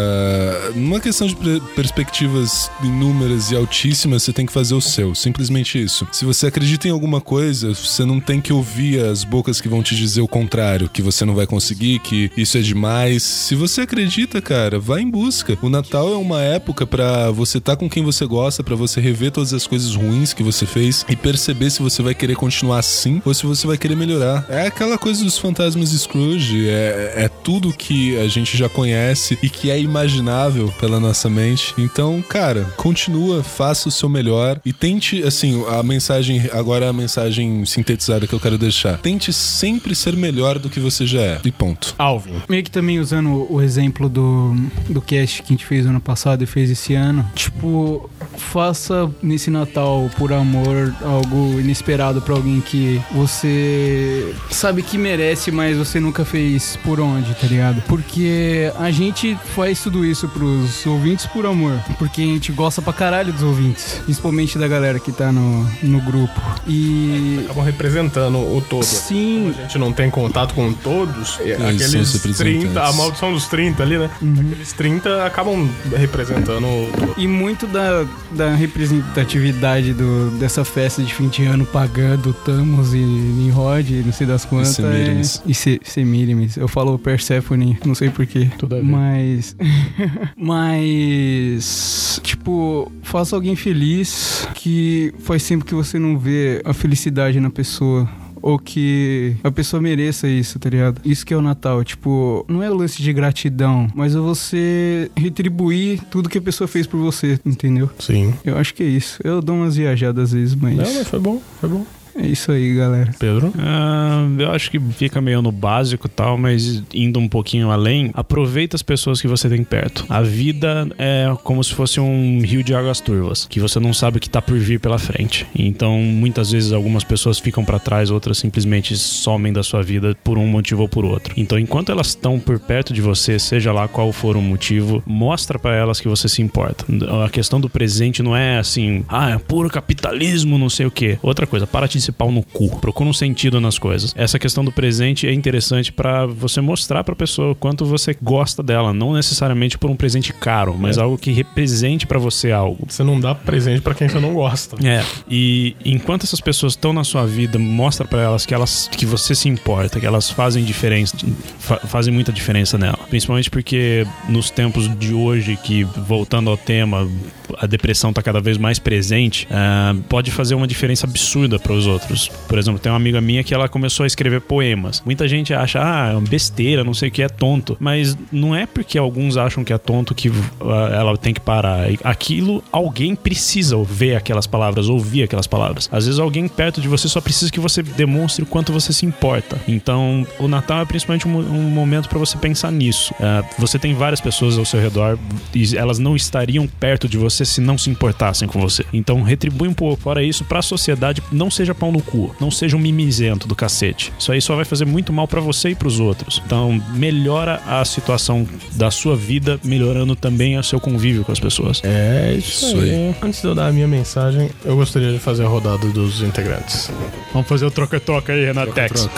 É, numa questão de pre- perspectivas inúmeras e altíssimas, você tem que fazer o seu. Simplesmente isso. Se você acredita em alguma coisa, você não tem que ouvir as bocas que vão te dizer o contrário, que você não vai conseguir, que isso é demais. Se você acredita, cara, vai em busca. O Natal é uma época pra você estar com quem você gosta, pra você rever todas as coisas ruins que você fez e perceber se você vai querer continuar assim ou se você vai querer melhorar. É aquela coisa dos fantasmas de Scrooge, é, é tudo que a gente já conhece e que é imaginável pela nossa mente. Então, cara, continua, faça o seu melhor e tente, assim, a mensagem, agora é a mensagem sintetizada que eu quero deixar. Tente sempre ser melhor do que você já é. E ponto. Alvin. Meio que também usando o exemplo do, do cast que a gente fez ano passado e fez esse ano. Tipo, faça nesse Natal, por amor, algo inesperado pra alguém que você sabe que merece, mas você nunca fez por onde, tá ligado? Porque a gente faz tudo isso pros ouvintes por amor. Porque a gente gosta pra caralho dos ouvintes. Principalmente da galera que tá no, no grupo. E... Acabam representando o todo. Sim, A gente não tem contato com todos. é, Eles são Aqueles os representantes. trinta, a maldição dos trinta ali, né? Aqueles trinta acabam representando o todo. E muito da, da representatividade do, dessa festa de fim de ano pagando Thanos e Nimrod, não sei das quantas. Semíramis. É, e Se- Semíramis. Eu falo Persephone, não sei porquê. Tudo a ver. Mas. Mas. Tipo, faça alguém feliz que faz tempo que você não vê a felicidade na pessoa. Ou que a pessoa mereça isso, tá ligado? Isso que é o Natal. Tipo, não é o lance de gratidão, mas é você retribuir tudo que a pessoa fez por você, entendeu? Sim. Eu acho que é isso. Eu dou umas viajadas às vezes, mas Não, mas foi bom, foi bom. é isso aí, galera. Pedro? Ah, eu acho que fica meio no básico e tal, mas indo um pouquinho além, aproveita as pessoas que você tem perto. A vida é como se fosse um rio de águas turvas, que você não sabe o que tá por vir pela frente. Então, muitas vezes, algumas pessoas ficam pra trás, outras simplesmente somem da sua vida por um motivo ou por outro. Então, enquanto elas estão por perto de você, seja lá qual for o motivo, mostra pra elas que você se importa. A questão do presente não é assim, ah, é puro capitalismo, não sei o quê. Outra coisa, para de ser pau no cu. Procura um sentido nas coisas. Essa questão do presente é interessante pra você mostrar pra pessoa o quanto você gosta dela, não necessariamente por um presente caro, mas É. algo que represente pra você algo. Você não dá presente pra quem você não gosta. É, e enquanto essas pessoas estão na sua vida, mostra pra elas que elas que você se importa, que elas fazem diferença, fa- fazem muita diferença nela. Principalmente porque nos tempos de hoje, que voltando ao tema, a depressão tá cada vez mais presente, ah, pode fazer uma diferença absurda para os outros. Por exemplo, tem uma amiga minha que ela começou a escrever poemas. Muita gente acha, ah, é uma besteira, não sei o que, é tonto. Mas não é porque alguns acham que é tonto que ah, ela tem que parar. Aquilo, alguém precisa ver aquelas palavras, ouvir aquelas palavras. Às vezes alguém perto de você só precisa que você demonstre o quanto você se importa. Então, o Natal é principalmente um, um momento para você pensar nisso. Ah, você tem várias pessoas ao seu redor e elas não estariam perto de você se não se importassem com você. Então, retribui um pouco. Fora isso, pra sociedade, não seja pau no cu. Não seja um mimizento do cacete. Isso aí só vai fazer muito mal pra você e pros outros. Então, melhora a situação da sua vida, melhorando também o seu convívio com as pessoas. É isso, Isso aí. aí. Antes de eu dar a minha mensagem, eu gostaria de fazer a rodada dos integrantes. Vamos fazer o troca-troca aí, Renatex.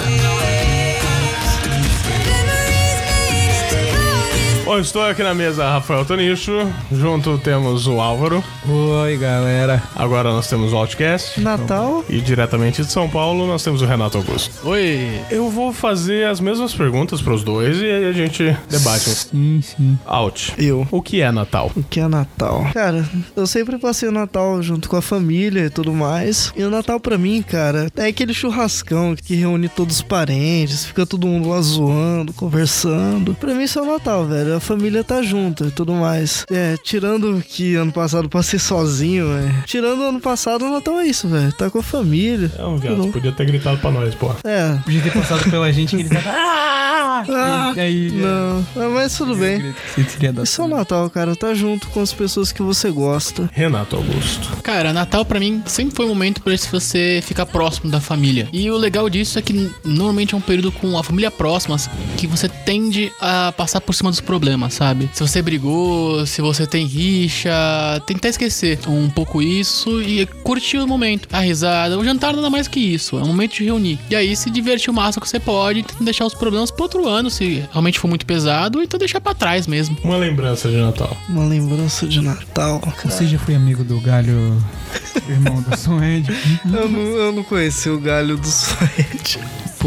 Bom, estou aqui na mesa Rafael Tonicho, junto temos o Álvaro, Oi, galera. agora nós temos o Outcast Natal? e diretamente de São Paulo nós temos o Renato Augusto. Oi. Eu vou fazer as mesmas perguntas pros dois e aí a gente debate. Sim, sim. Out. Eu. O que é Natal? O que é Natal? Cara, eu sempre passei o Natal junto com a família e tudo mais. E o Natal pra mim, cara, é aquele churrascão que reúne todos os parentes, fica todo mundo lá zoando, conversando. Pra mim isso é o Natal, velho. A família tá junto e tudo mais. É, tirando que ano passado eu passei sozinho, velho. Tirando ano passado, o Natal é isso, velho. Tá com a família. É um viado, Não. você podia ter gritado pra nós, pô. É. Podia ter passado pela gente que ele tava. Ah! Ah, E aí, não. Ah, mas tudo bem. Você teria dado. Isso é o Natal, cara. Tá junto com as pessoas que você gosta. Renato Augusto. Cara, Natal pra mim sempre foi um momento pra você ficar próximo da família. E o legal disso é que normalmente é um período com a família próxima que você tende a passar por cima dos problemas, sabe? Se você brigou, se você tem rixa, tentar esquecer um pouco isso e curtir o momento. A risada, o jantar nada mais que isso. É um momento de reunir. E aí se divertir o máximo que você pode, tentar deixar os problemas pro outro ano, se realmente for muito pesado, então deixar pra trás mesmo. Uma lembrança de Natal. Uma lembrança de Natal. Você já foi amigo do galho, irmão do Suede? Eu não, eu não conheci o galho do Suede. Pô,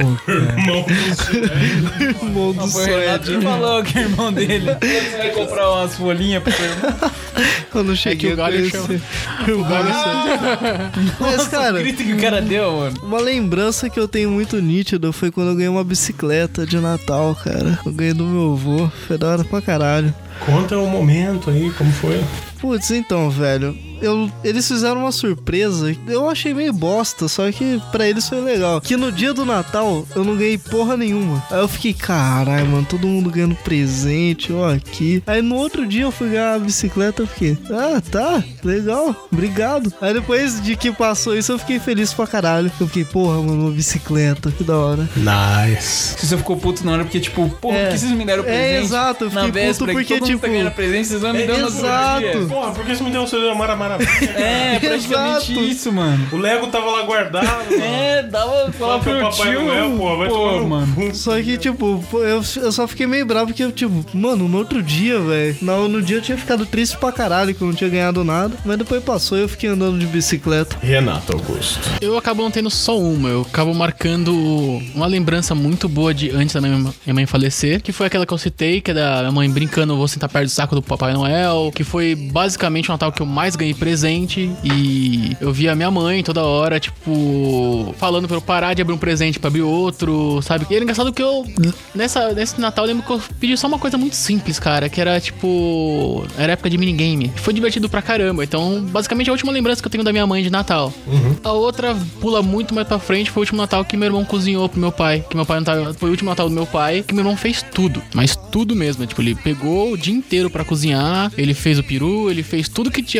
é. Irmão do Foi o Renato Suede. que falou que é irmão dele. Você vai comprar umas folhinhas pro seu irmão? Eu não cheguei É que o a galho conhecer. O galho Suede. Mas, cara, O grito que o cara deu, mano. uma lembrança que eu tenho muito nítida foi quando eu ganhei uma bicicleta de Natal, cara. Eu ganhei do meu avô. Foi da hora pra caralho. Conta o momento aí, como foi. Putz, então, velho, eu, eles fizeram uma surpresa. Eu achei meio bosta, só que pra eles foi legal. Que no dia do Natal eu não ganhei porra nenhuma. Aí eu fiquei, caralho, mano, todo mundo ganhando presente, ó, aqui. Aí no outro dia eu fui ganhar a bicicleta, eu fiquei, ah, tá, legal, obrigado. Aí depois de que passou isso, eu fiquei feliz pra caralho. Eu fiquei, porra, mano, uma bicicleta, que da hora. Nice. Você ficou puto na hora porque, tipo, porra, É. por que vocês me deram presente? É, exato, eu na fiquei puto véspera, que porque, todo mundo tipo, tá ganhando presente, vocês vão me dando no outro exato. dia. Porra, por que você me deu um celular Mara Maravilha? É, praticamente Exato. isso, mano. O Lego tava lá guardado, mano. É, dava pra falar Só que pro o Papai tio. Noel, pô, vai tomar Pô, no mano. cu. Só que, tipo, pô, eu, eu só fiquei meio bravo porque, tipo, mano, no outro dia, velho. No, no dia eu tinha ficado triste pra caralho que eu não tinha ganhado nada. Mas depois passou e eu fiquei andando de bicicleta. Renato Augusto. Eu acabo não tendo só uma, eu acabo marcando uma lembrança muito boa de antes da minha, minha mãe falecer, que foi aquela que eu citei, que é da minha mãe brincando, vou sentar perto do saco do Papai Noel, que foi basicamente o Natal que eu mais ganhei presente, e eu via a minha mãe toda hora, tipo, falando pra eu parar de abrir um presente pra abrir outro, sabe? E era engraçado que eu, nessa, nesse Natal, eu lembro que eu pedi só uma coisa muito simples, cara, que era tipo, era época de minigame. Foi divertido pra caramba, então basicamente a última lembrança que eu tenho da minha mãe de Natal. A outra pula muito mais pra frente, foi o último Natal que meu irmão cozinhou pro meu pai, que meu pai não tava, foi o último Natal do meu pai, que meu irmão fez tudo, mas tudo mesmo, tipo, ele pegou o dia inteiro pra cozinhar, ele fez o peru, ele fez tudo que tinha a fazer longe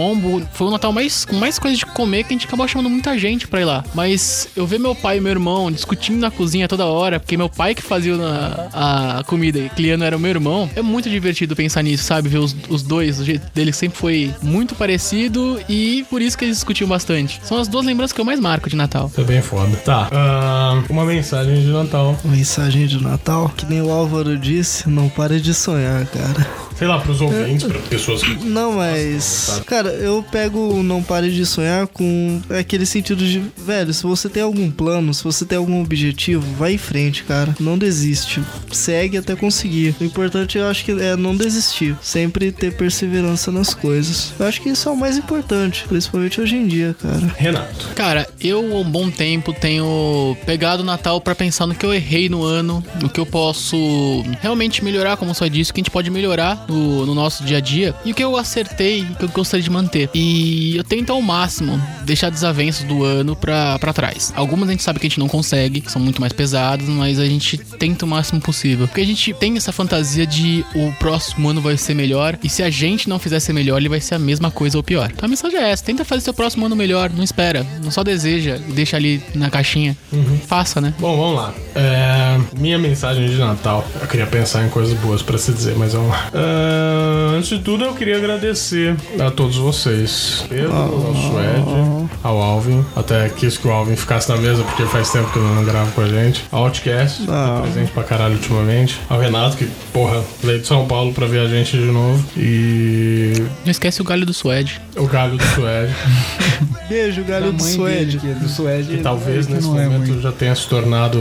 quilombo. Foi o Natal mais, com mais coisa de comer que a gente acabou chamando muita gente pra ir lá. Mas eu ver meu pai e meu irmão discutindo na cozinha toda hora, porque meu pai que fazia a, a comida e Cliano era o meu irmão, é muito divertido pensar nisso, sabe? Ver os, os dois, o jeito deles sempre foi muito parecido e por isso que eles discutiam bastante. São as duas lembranças que eu mais marco de Natal. Isso é bem foda. Tá, ah, uma mensagem de Natal. Mensagem de Natal, que nem o Álvaro disse, não pare de sonhar, cara. Sei lá, pros ouvintes, pra pessoas que... Não, mas... Cara, eu pego o não pare de sonhar com aquele sentido de... Velho, se você tem algum plano, se você tem algum objetivo, vai em frente, cara. Não desiste. Segue até conseguir. O importante, eu acho que é não desistir. Sempre ter perseverança nas coisas. Eu acho que isso é o mais importante, principalmente hoje em dia, cara. Renato. Cara, eu há um bom tempo tenho pegado o Natal pra pensar no que eu errei no ano, no que eu posso realmente melhorar, como só disse, o que a gente pode melhorar no, no nosso dia a dia e o que eu acertei e que eu gostaria de manter. E eu tento ao máximo deixar desavenças do ano pra, pra trás. Algumas a gente sabe que a gente não consegue, que são muito mais pesadas, mas a gente tenta o máximo possível. Porque a gente tem essa fantasia de o próximo ano vai ser melhor e se a gente não fizer ser melhor, ele vai ser a mesma coisa ou pior. Então a mensagem é essa, tenta fazer seu próximo ano melhor, não espera, não só deseja e deixa ali na caixinha. Uhum. Faça, né? Bom, vamos lá. É, minha mensagem de Natal, eu queria pensar em coisas boas pra se dizer, mas vamos lá. É, antes de tudo, eu queria agradecer a todos vocês. Pedro, ao Suede, ao Alvin. Até quis que o Alvin ficasse na mesa, porque faz tempo que ele não grava com a gente. Ao Outcast, tá presente pra caralho ultimamente. Ao Renato, que, porra, veio de São Paulo pra ver a gente de novo. E... Não esquece o galho do Suede. O galho do Suede. Beijo, galho do Suede. Dele, do Suede. Que talvez é, nesse não momento é já tenha se tornado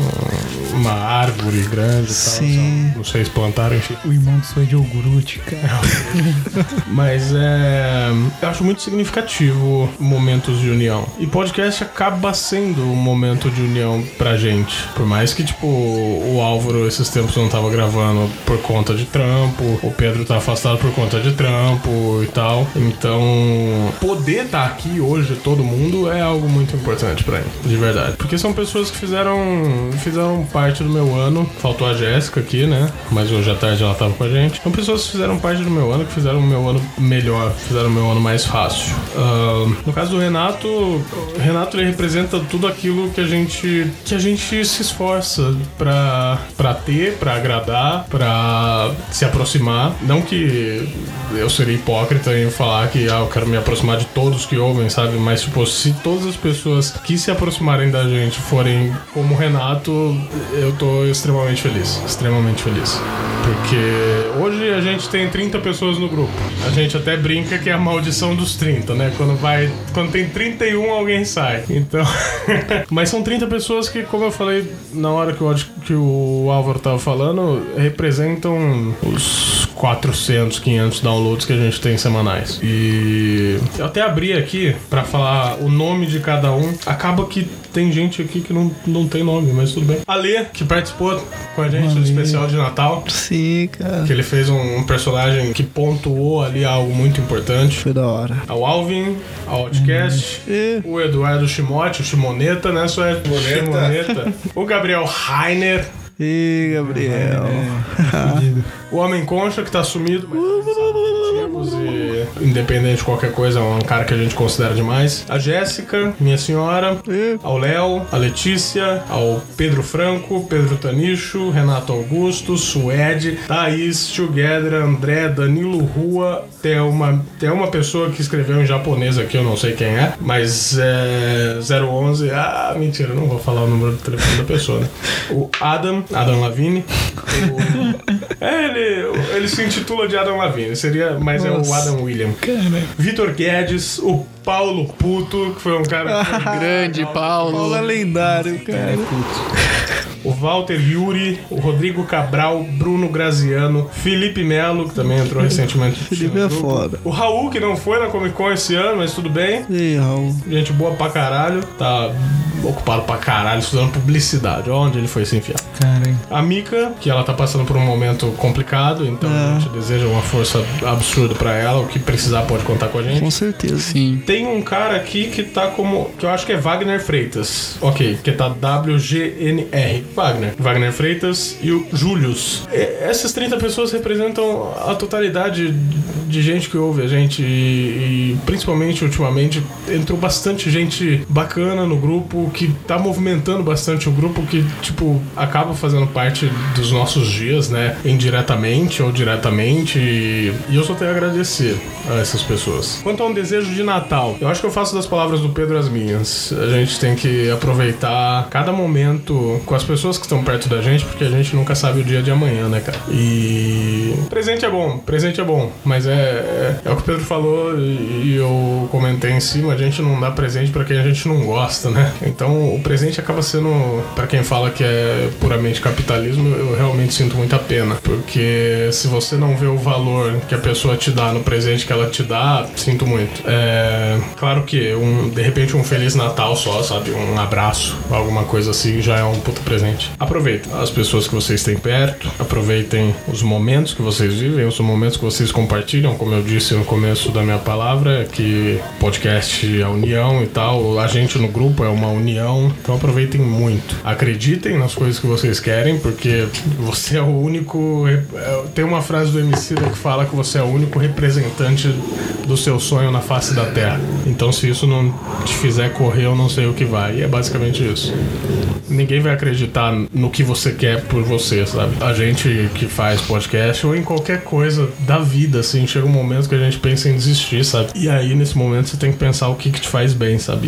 uma árvore grande e tal. Sim. Só, não sei se plantaram, enfim. O irmão do Suede é o Groot, cara. Mas é... eu acho muito significativo momentos de união. E podcast acaba sendo um momento de união pra gente. Por mais que, tipo, o Álvaro esses tempos não tava gravando por conta de trampo, o Pedro tá afastado por conta de trampo e tal. Então, poder estar tá aqui hoje, todo mundo, é algo muito importante pra mim, de verdade. Porque são pessoas que fizeram, fizeram parte do meu ano. Faltou a Jéssica aqui, né? Mas hoje à tarde ela tava com a gente. São pessoas que fizeram parte do meu ano, que fizeram o meu ano melhor, fizeram o meu ano mais fácil. Uh, no caso do Renato, o Renato ele representa tudo aquilo que a gente, que a gente se esforça pra, pra ter, pra agradar, pra se aproximar. Não que eu seria hipócrita em falar que ah, eu quero me aproximar de todos que ouvem, sabe? Mas, tipo, se todas as pessoas que se aproximarem da gente forem como o Renato, eu tô extremamente feliz. Extremamente feliz. Porque hoje a gente tem trinta pessoas no grupo. A gente até brinca que é a maldição dos trinta, né? Quando vai, quando tem trinta e um, alguém sai. Então... Mas são trinta pessoas que, como eu falei na hora que o, que o Álvaro tava falando, representam os quatrocentos, quinhentos downloads que a gente tem semanais. E eu até abri aqui pra falar o nome de cada um. Acaba que tem gente aqui que não, não tem nome, mas tudo bem. A Lê, que participou com a gente do especial de Natal. Sim, cara. Que ele fez um, um personagem que pontuou ali algo muito importante. Foi da hora. Ao Alvin, ao Outcast, Hum. o Eduardo Shimote, o Shimoneta, né? Só é Shimoneta. O Gabriel Rainer. Ih, Gabriel. O Homem Concha, que tá sumido, mas e, independente de qualquer coisa, é um cara que a gente considera demais. A Jéssica, minha senhora. Ao Léo, a Letícia, ao Pedro Franco, Pedro Tanicho, Renato Augusto, Suede, Thaís, Together, André, Danilo Rua. Tem uma, tem uma pessoa que escreveu em japonês aqui, eu não sei quem é, mas é zero onze. Ah, mentira, eu não vou falar o número do telefone da pessoa, né? O Adam, Adam Lavigne. O, é, ele, ele se intitula de Adam Lavigne, seria, mas Nossa. É o Adam William. Caramba. Vitor Guedes, o Paulo Puto, que foi um cara... Grande Paulo. Paulo é lendário, cara. O Walter Yuri, o Rodrigo Cabral, Bruno Graziano, Felipe Melo, que também entrou recentemente. Felipe é foda. O Raul, que não foi na Comic Con esse ano, mas tudo bem. E aí, Raul? Gente boa pra caralho. Tá ocupado pra caralho, estudando publicidade. Onde ele foi se enfiar. Caralho. A Mika, que ela tá passando por um momento complicado, então é. a gente deseja uma força absurda pra ela. O que precisar pode contar com a gente. Com certeza. Sim. Tem um cara aqui que tá como... que eu acho que é Wagner Freitas. Ok, que tá W G N R. Wagner, Wagner Freitas e o Július. E essas trinta pessoas representam a totalidade de gente que ouve a gente e, e principalmente ultimamente entrou bastante gente bacana no grupo que tá movimentando bastante o grupo, que tipo acaba fazendo parte dos nossos dias, né, indiretamente ou diretamente, e, e eu só tenho a agradecer a essas pessoas. Quanto a um desejo de Natal, eu acho que eu faço das palavras do Pedro as minhas. A gente tem que aproveitar cada momento com as pessoas que estão perto da gente, porque a gente nunca sabe o dia de amanhã, né, cara? E presente é bom, presente é bom, mas é, é, é o que o Pedro falou e, e eu comentei em cima, a gente não dá presente pra quem a gente não gosta, né? Então o presente acaba sendo, pra quem fala que é puramente capitalismo, eu realmente sinto muita pena, porque se você não vê o valor que a pessoa te dá no presente que ela te dá, sinto muito. É, claro que um, de repente um Feliz Natal só, sabe? Um abraço, alguma coisa assim, já é um puto presente. Aproveitem as pessoas que vocês têm perto, aproveitem os momentos que vocês vivem, os momentos que vocês compartilham, como eu disse no começo da minha palavra, que podcast é união e tal, a gente no grupo é uma união, então aproveitem muito. Acreditem nas coisas que vocês querem, porque você é o único... Tem uma frase do Emicida que fala que você é o único representante do seu sonho na face da Terra. Então se isso não te fizer correr, eu não sei o que vai. E é basicamente isso. Ninguém vai acreditar no que você quer por você, sabe? A gente que faz podcast ou em qualquer coisa da vida, assim, chega um momento que a gente pensa em desistir, sabe? E aí, nesse momento, você tem que pensar o que que te faz bem, sabe?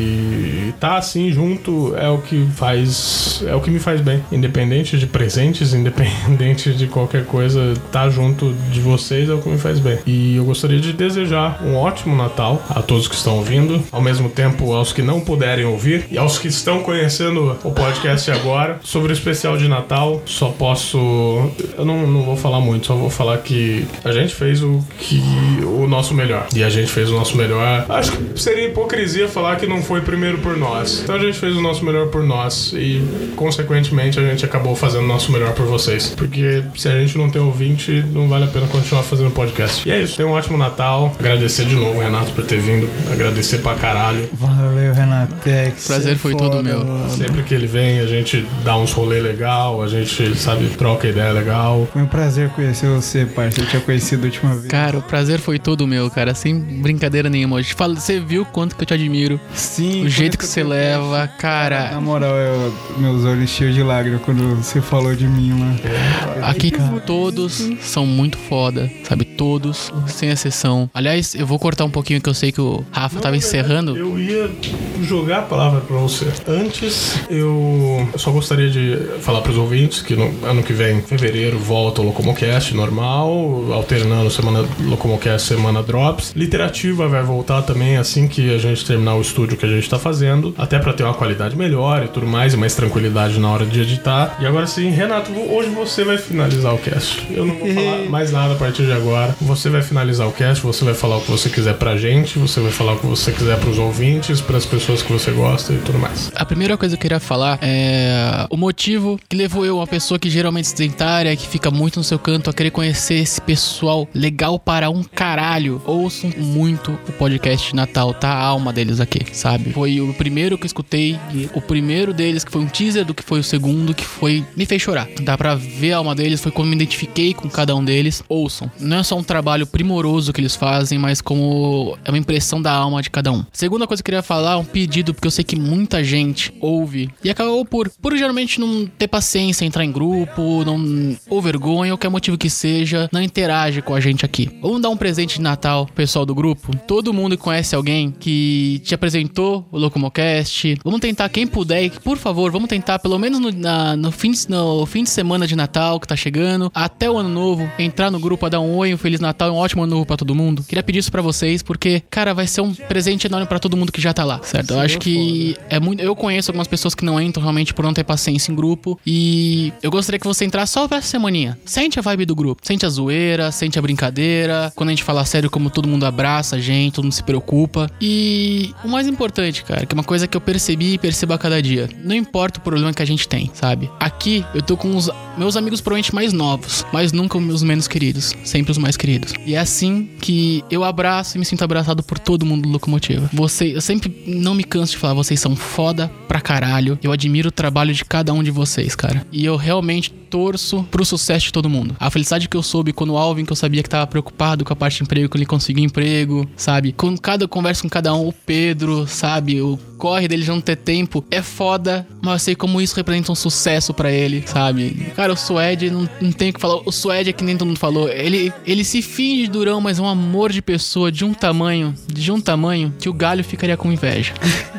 E tá assim, junto, é o que faz... É o que me faz bem. Independente de presentes, independente de qualquer coisa, tá junto de vocês é o que me faz bem. E eu gostaria de desejar um ótimo Natal a todos que estão ouvindo, ao mesmo tempo aos que não puderem ouvir e aos que estão conhecendo o podcast agora. Sobre o especial de Natal, só posso... Eu não, não vou falar muito, só vou falar que a gente fez o que... o nosso melhor. E a gente fez o nosso melhor. Acho que seria hipocrisia falar que não foi primeiro por nós. Então a gente fez o nosso melhor por nós e, consequentemente, a gente acabou fazendo o nosso melhor por vocês. Porque se a gente não tem ouvinte, não vale a pena continuar fazendo podcast. E é isso. Tenha um ótimo Natal. Agradecer de novo, Renato, por ter vindo. Agradecer pra caralho. Valeu, Renatex. Prazer foi Foda, todo meu. mano. Sempre que ele vem, a gente dá uns rolê legal, a gente, sabe, troca ideia legal. Foi um prazer conhecer você, parceiro. Eu tinha conhecido a última vez. Cara, o prazer foi todo meu, cara. Sem brincadeira nenhuma. Eu te falo, você viu o quanto que eu te admiro. Sim. O jeito que você leva, Na cara. moral, eu, meus olhos cheios de lágrimas quando você falou de mim, mano. Aqui todos são muito foda, sabe? Todos, sem exceção. Aliás, eu vou cortar um pouquinho que eu sei que o Rafa tava encerrando. Eu ia jogar a palavra pra você. Antes, eu só gostaria de falar pros ouvintes que no ano que vem, em fevereiro, volta o Locomocast normal, alternando semana Locomocast, semana Drops. Literativa vai voltar também assim que a gente terminar o estúdio que a gente tá fazendo, até pra ter uma qualidade melhor e tudo mais, e mais tranquilidade na hora de editar. E agora sim, Renato, hoje você vai finalizar o cast. Eu não vou falar mais nada a partir de agora. Você vai finalizar o cast, você vai falar o que você quiser pra gente, você vai falar o que você quiser pros ouvintes, pras pessoas que você gosta e tudo mais. A primeira coisa que eu queria falar é o motivo que levou eu, uma pessoa que geralmente é sedentária, que fica muito no seu canto, a querer conhecer esse pessoal legal para um caralho. Ouçam muito o podcast de Natal, tá? A alma deles aqui, sabe? Foi o primeiro que eu escutei, o primeiro deles que foi um teaser do que foi o segundo, que foi... me fez chorar. Dá pra ver a alma deles, foi como me identifiquei com cada um deles. Ouçam. Não é só um trabalho primoroso que eles fazem, mas como é uma impressão da alma de cada um. Segunda coisa que eu queria falar, um pedido, porque eu sei que muita gente ouve e acabou por, por geralmente não ter paciência, entrar em grupo, não, ou vergonha, ou qualquer motivo que seja, não interage com a gente aqui. Vamos dar um presente de Natal pro pessoal do grupo. Todo mundo conhece alguém que te apresentou o Locomocast. Vamos tentar, quem puder, por favor, vamos tentar pelo menos no, na, no, fim, no fim de semana de Natal que tá chegando, até o ano novo, entrar no grupo, dar um oi, um Feliz Natal e um ótimo ano novo pra todo mundo. Queria pedir isso pra vocês, porque, cara, vai ser um presente enorme pra todo mundo que já tá lá, certo? Eu acho que é muito... Eu conheço algumas pessoas que não entram realmente por não ter paciência em grupo, e eu gostaria que você entrasse só pra essa semaninha. Sente a vibe do grupo, sente a zoeira, sente a brincadeira, quando a gente fala sério, como todo mundo abraça a gente, todo mundo se preocupa. E o mais importante, cara, que é uma coisa que eu percebi e percebo a cada dia, não importa o problema que a gente tem, sabe? Aqui eu tô com os meus amigos provavelmente mais novos, mas nunca os meus menos queridos, sempre os mais queridos. E é assim que eu abraço e me sinto abraçado por todo mundo do Locomotiva. Você, eu sempre não me canso de falar, vocês são foda pra caralho. Eu admiro o trabalho de cada um de vocês, cara. E eu realmente torço pro sucesso de todo mundo. A felicidade que eu soube quando o Alvin, que eu sabia que tava preocupado com a parte de emprego, que ele conseguiu emprego, sabe? Com cada conversa com cada um, o Pedro, sabe? O corre dele de não ter tempo é foda, mas eu sei como isso representa um sucesso pra ele, sabe? Cara, o Suede, não, não tem o que falar. O Suede é que nem todo mundo falou. Ele, ele se finge durão, mas é um amor de pessoa de um tamanho, de um tamanho, que o Galho ficaria com inveja.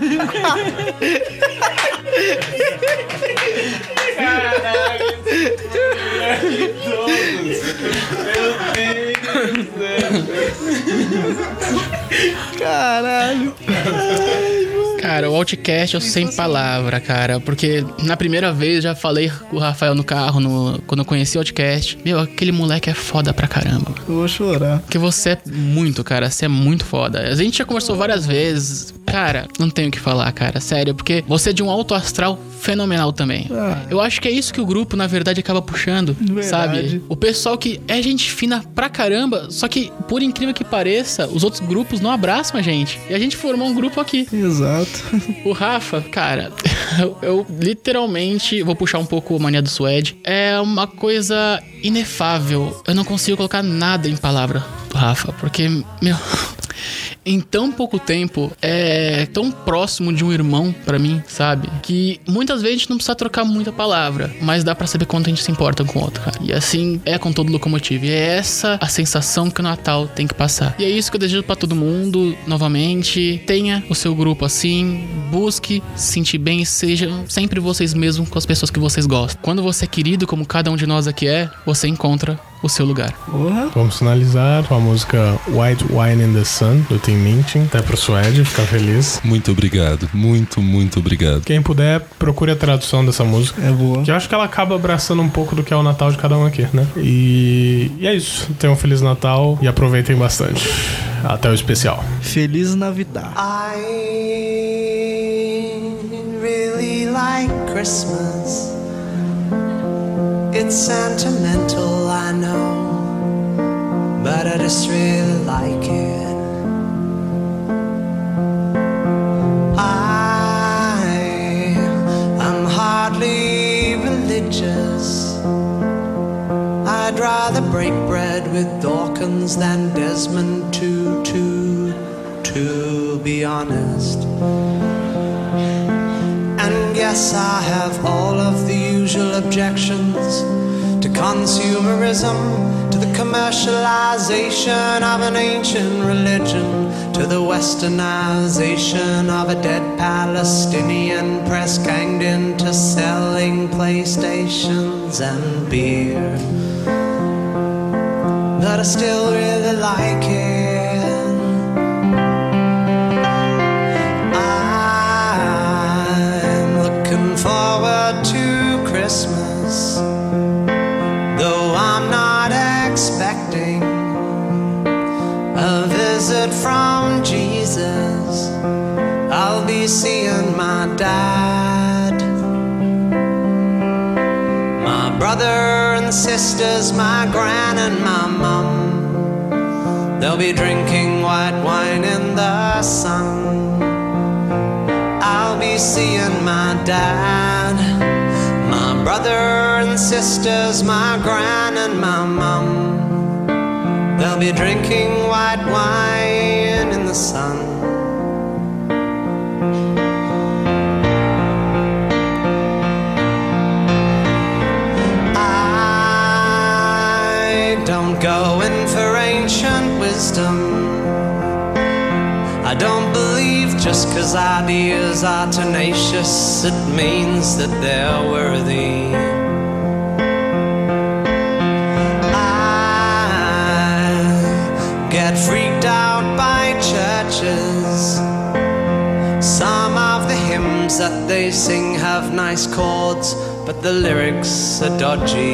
Caralho. Cara, o Outcast eu sem palavra, cara. Porque na primeira vez já falei com o Rafael no carro, no, quando eu conheci o Outcast. Meu, aquele moleque é foda pra caramba. Eu vou chorar. Porque você é muito, cara. Você é muito foda. A gente já conversou várias vezes. Cara, não tenho o que falar, cara. Sério, porque você é de um alto astral fenomenal também. Ah. Eu acho que é isso que o grupo, na verdade, acaba puxando, Verdade. sabe? O pessoal que é gente fina pra caramba, só que, por incrível que pareça, os outros grupos não abraçam a gente. E a gente formou um grupo aqui. Exato. O Rafa, cara, eu, eu literalmente vou puxar um pouco a mania do Suede. É uma coisa inefável. Eu não consigo colocar nada em palavra do Rafa, porque, meu... Em tão pouco tempo, é tão próximo de um irmão pra mim, sabe? Que muitas vezes a gente não precisa trocar muita palavra, mas dá pra saber quanto a gente se importa um com o outro, cara. E assim é com todo locomotivo. E é essa a sensação que o Natal tem que passar. E é isso que eu desejo pra todo mundo, novamente. Tenha o seu grupo assim, busque se sentir bem e sejam sempre vocês mesmos com as pessoas que vocês gostam. Quando você é querido, como cada um de nós aqui é, você encontra o seu lugar. Porra. Vamos finalizar com a música White Wine in the Sun, do Tim Minchin. Até pro Suede, ficar feliz. Muito obrigado. Muito, muito obrigado. Quem puder, procure a tradução dessa música. É boa. Que eu acho que ela acaba abraçando um pouco do que é o Natal de cada um aqui, né? E, e é isso. Tenham um Feliz Natal e aproveitem bastante. Até o especial. Feliz Navidad. I really like Christmas. It's sentimental, I know, but I just really like it. I am hardly religious. I'd rather break bread with Dawkins than Desmond Tutu, to be honest. And yes, I have all of the usual objections to consumerism, to the commercialization of an ancient religion, to the westernization of a dead Palestinian press ganged into selling PlayStations and beer. But I still really like it. Forward to Christmas, though I'm not expecting a visit from Jesus. I'll be seeing my dad, my brother and sisters, my gran and my mum. They'll be drinking white wine in the sun. I'll be seeing my dad, my brother and sisters, my gran and my mum. They'll be drinking white wine in the sun. I don't go in for ancient wisdom. I don't believe just 'cause ideas are tenacious, it means that they're worthy. I get freaked out by churches. Some of the hymns that they sing have nice chords, but the lyrics are dodgy.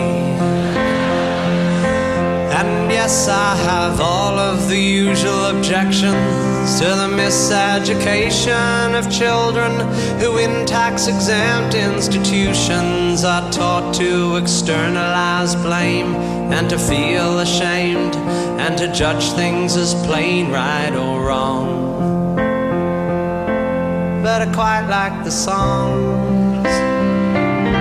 And yes, I have all of the usual objections to the miseducation of children who in tax-exempt institutions are taught to externalize blame and to feel ashamed and to judge things as plain right or wrong. But I quite like the songs.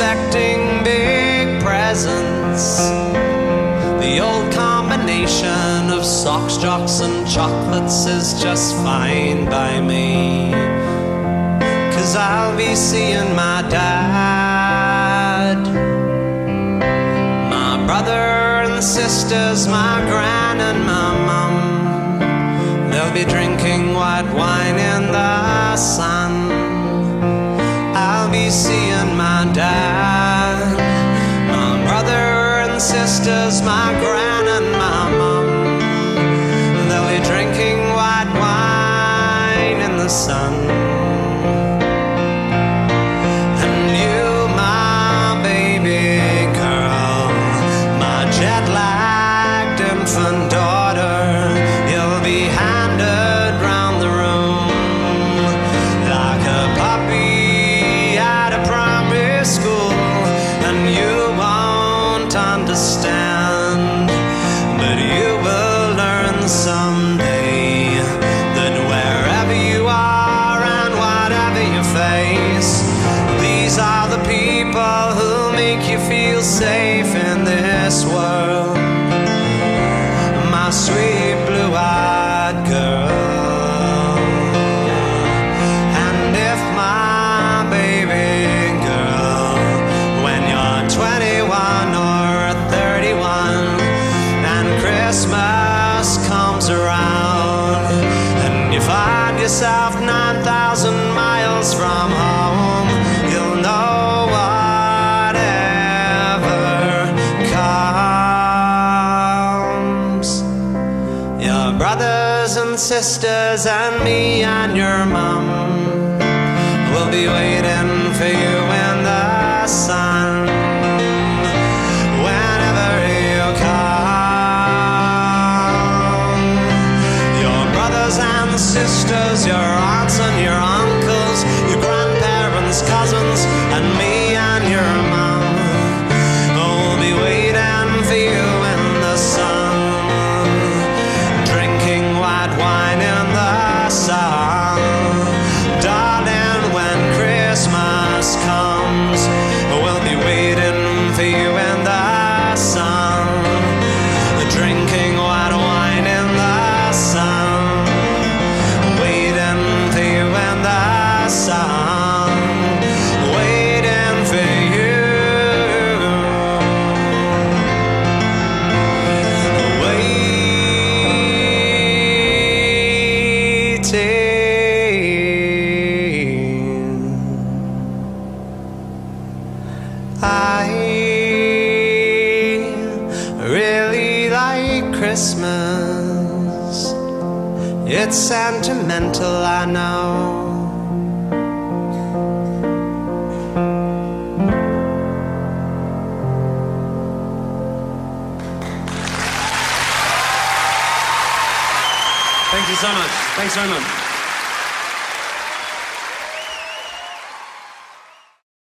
expecting big presents. The old combination of socks, jocks, and chocolates is just fine by me. Cause I'll be seeing my dad, my brother and sisters, my gran and my mum. They'll be drinking white wine in the sun. I'll be seeing my dad, my brother and sisters, my gran and my mum. They'll be drinking white wine in the sun. And you, my baby girl, my jet-lagged infant daughter, you'll be handed round the room like a puppy at a primary school. And you won't understand, but you will learn someday that wherever you are and whatever you face, these are the people who make you feel safe in this world. My sweet blue-eyed girl. And if my baby girl, when you're twenty-one or thirty-one and Christmas comes around and you find yourself nine thousand miles from home, you'll know whatever comes. Your brothers and sisters and me and your mom will be waiting for you in the sun. Whenever you come, your brothers and sisters, your aunts and your uncles, your grandparents, cousins, and me and your mom will be waiting for you in the sun, drinking white wine in the sun. Darling, when Christmas comes, we'll be waiting for you in the sun, drinking white wine in the sun, waiting for you in the sun, waiting for you, waiting. I really like Christmas. It's sentimental, I know. Thank you so much. Thanks very much.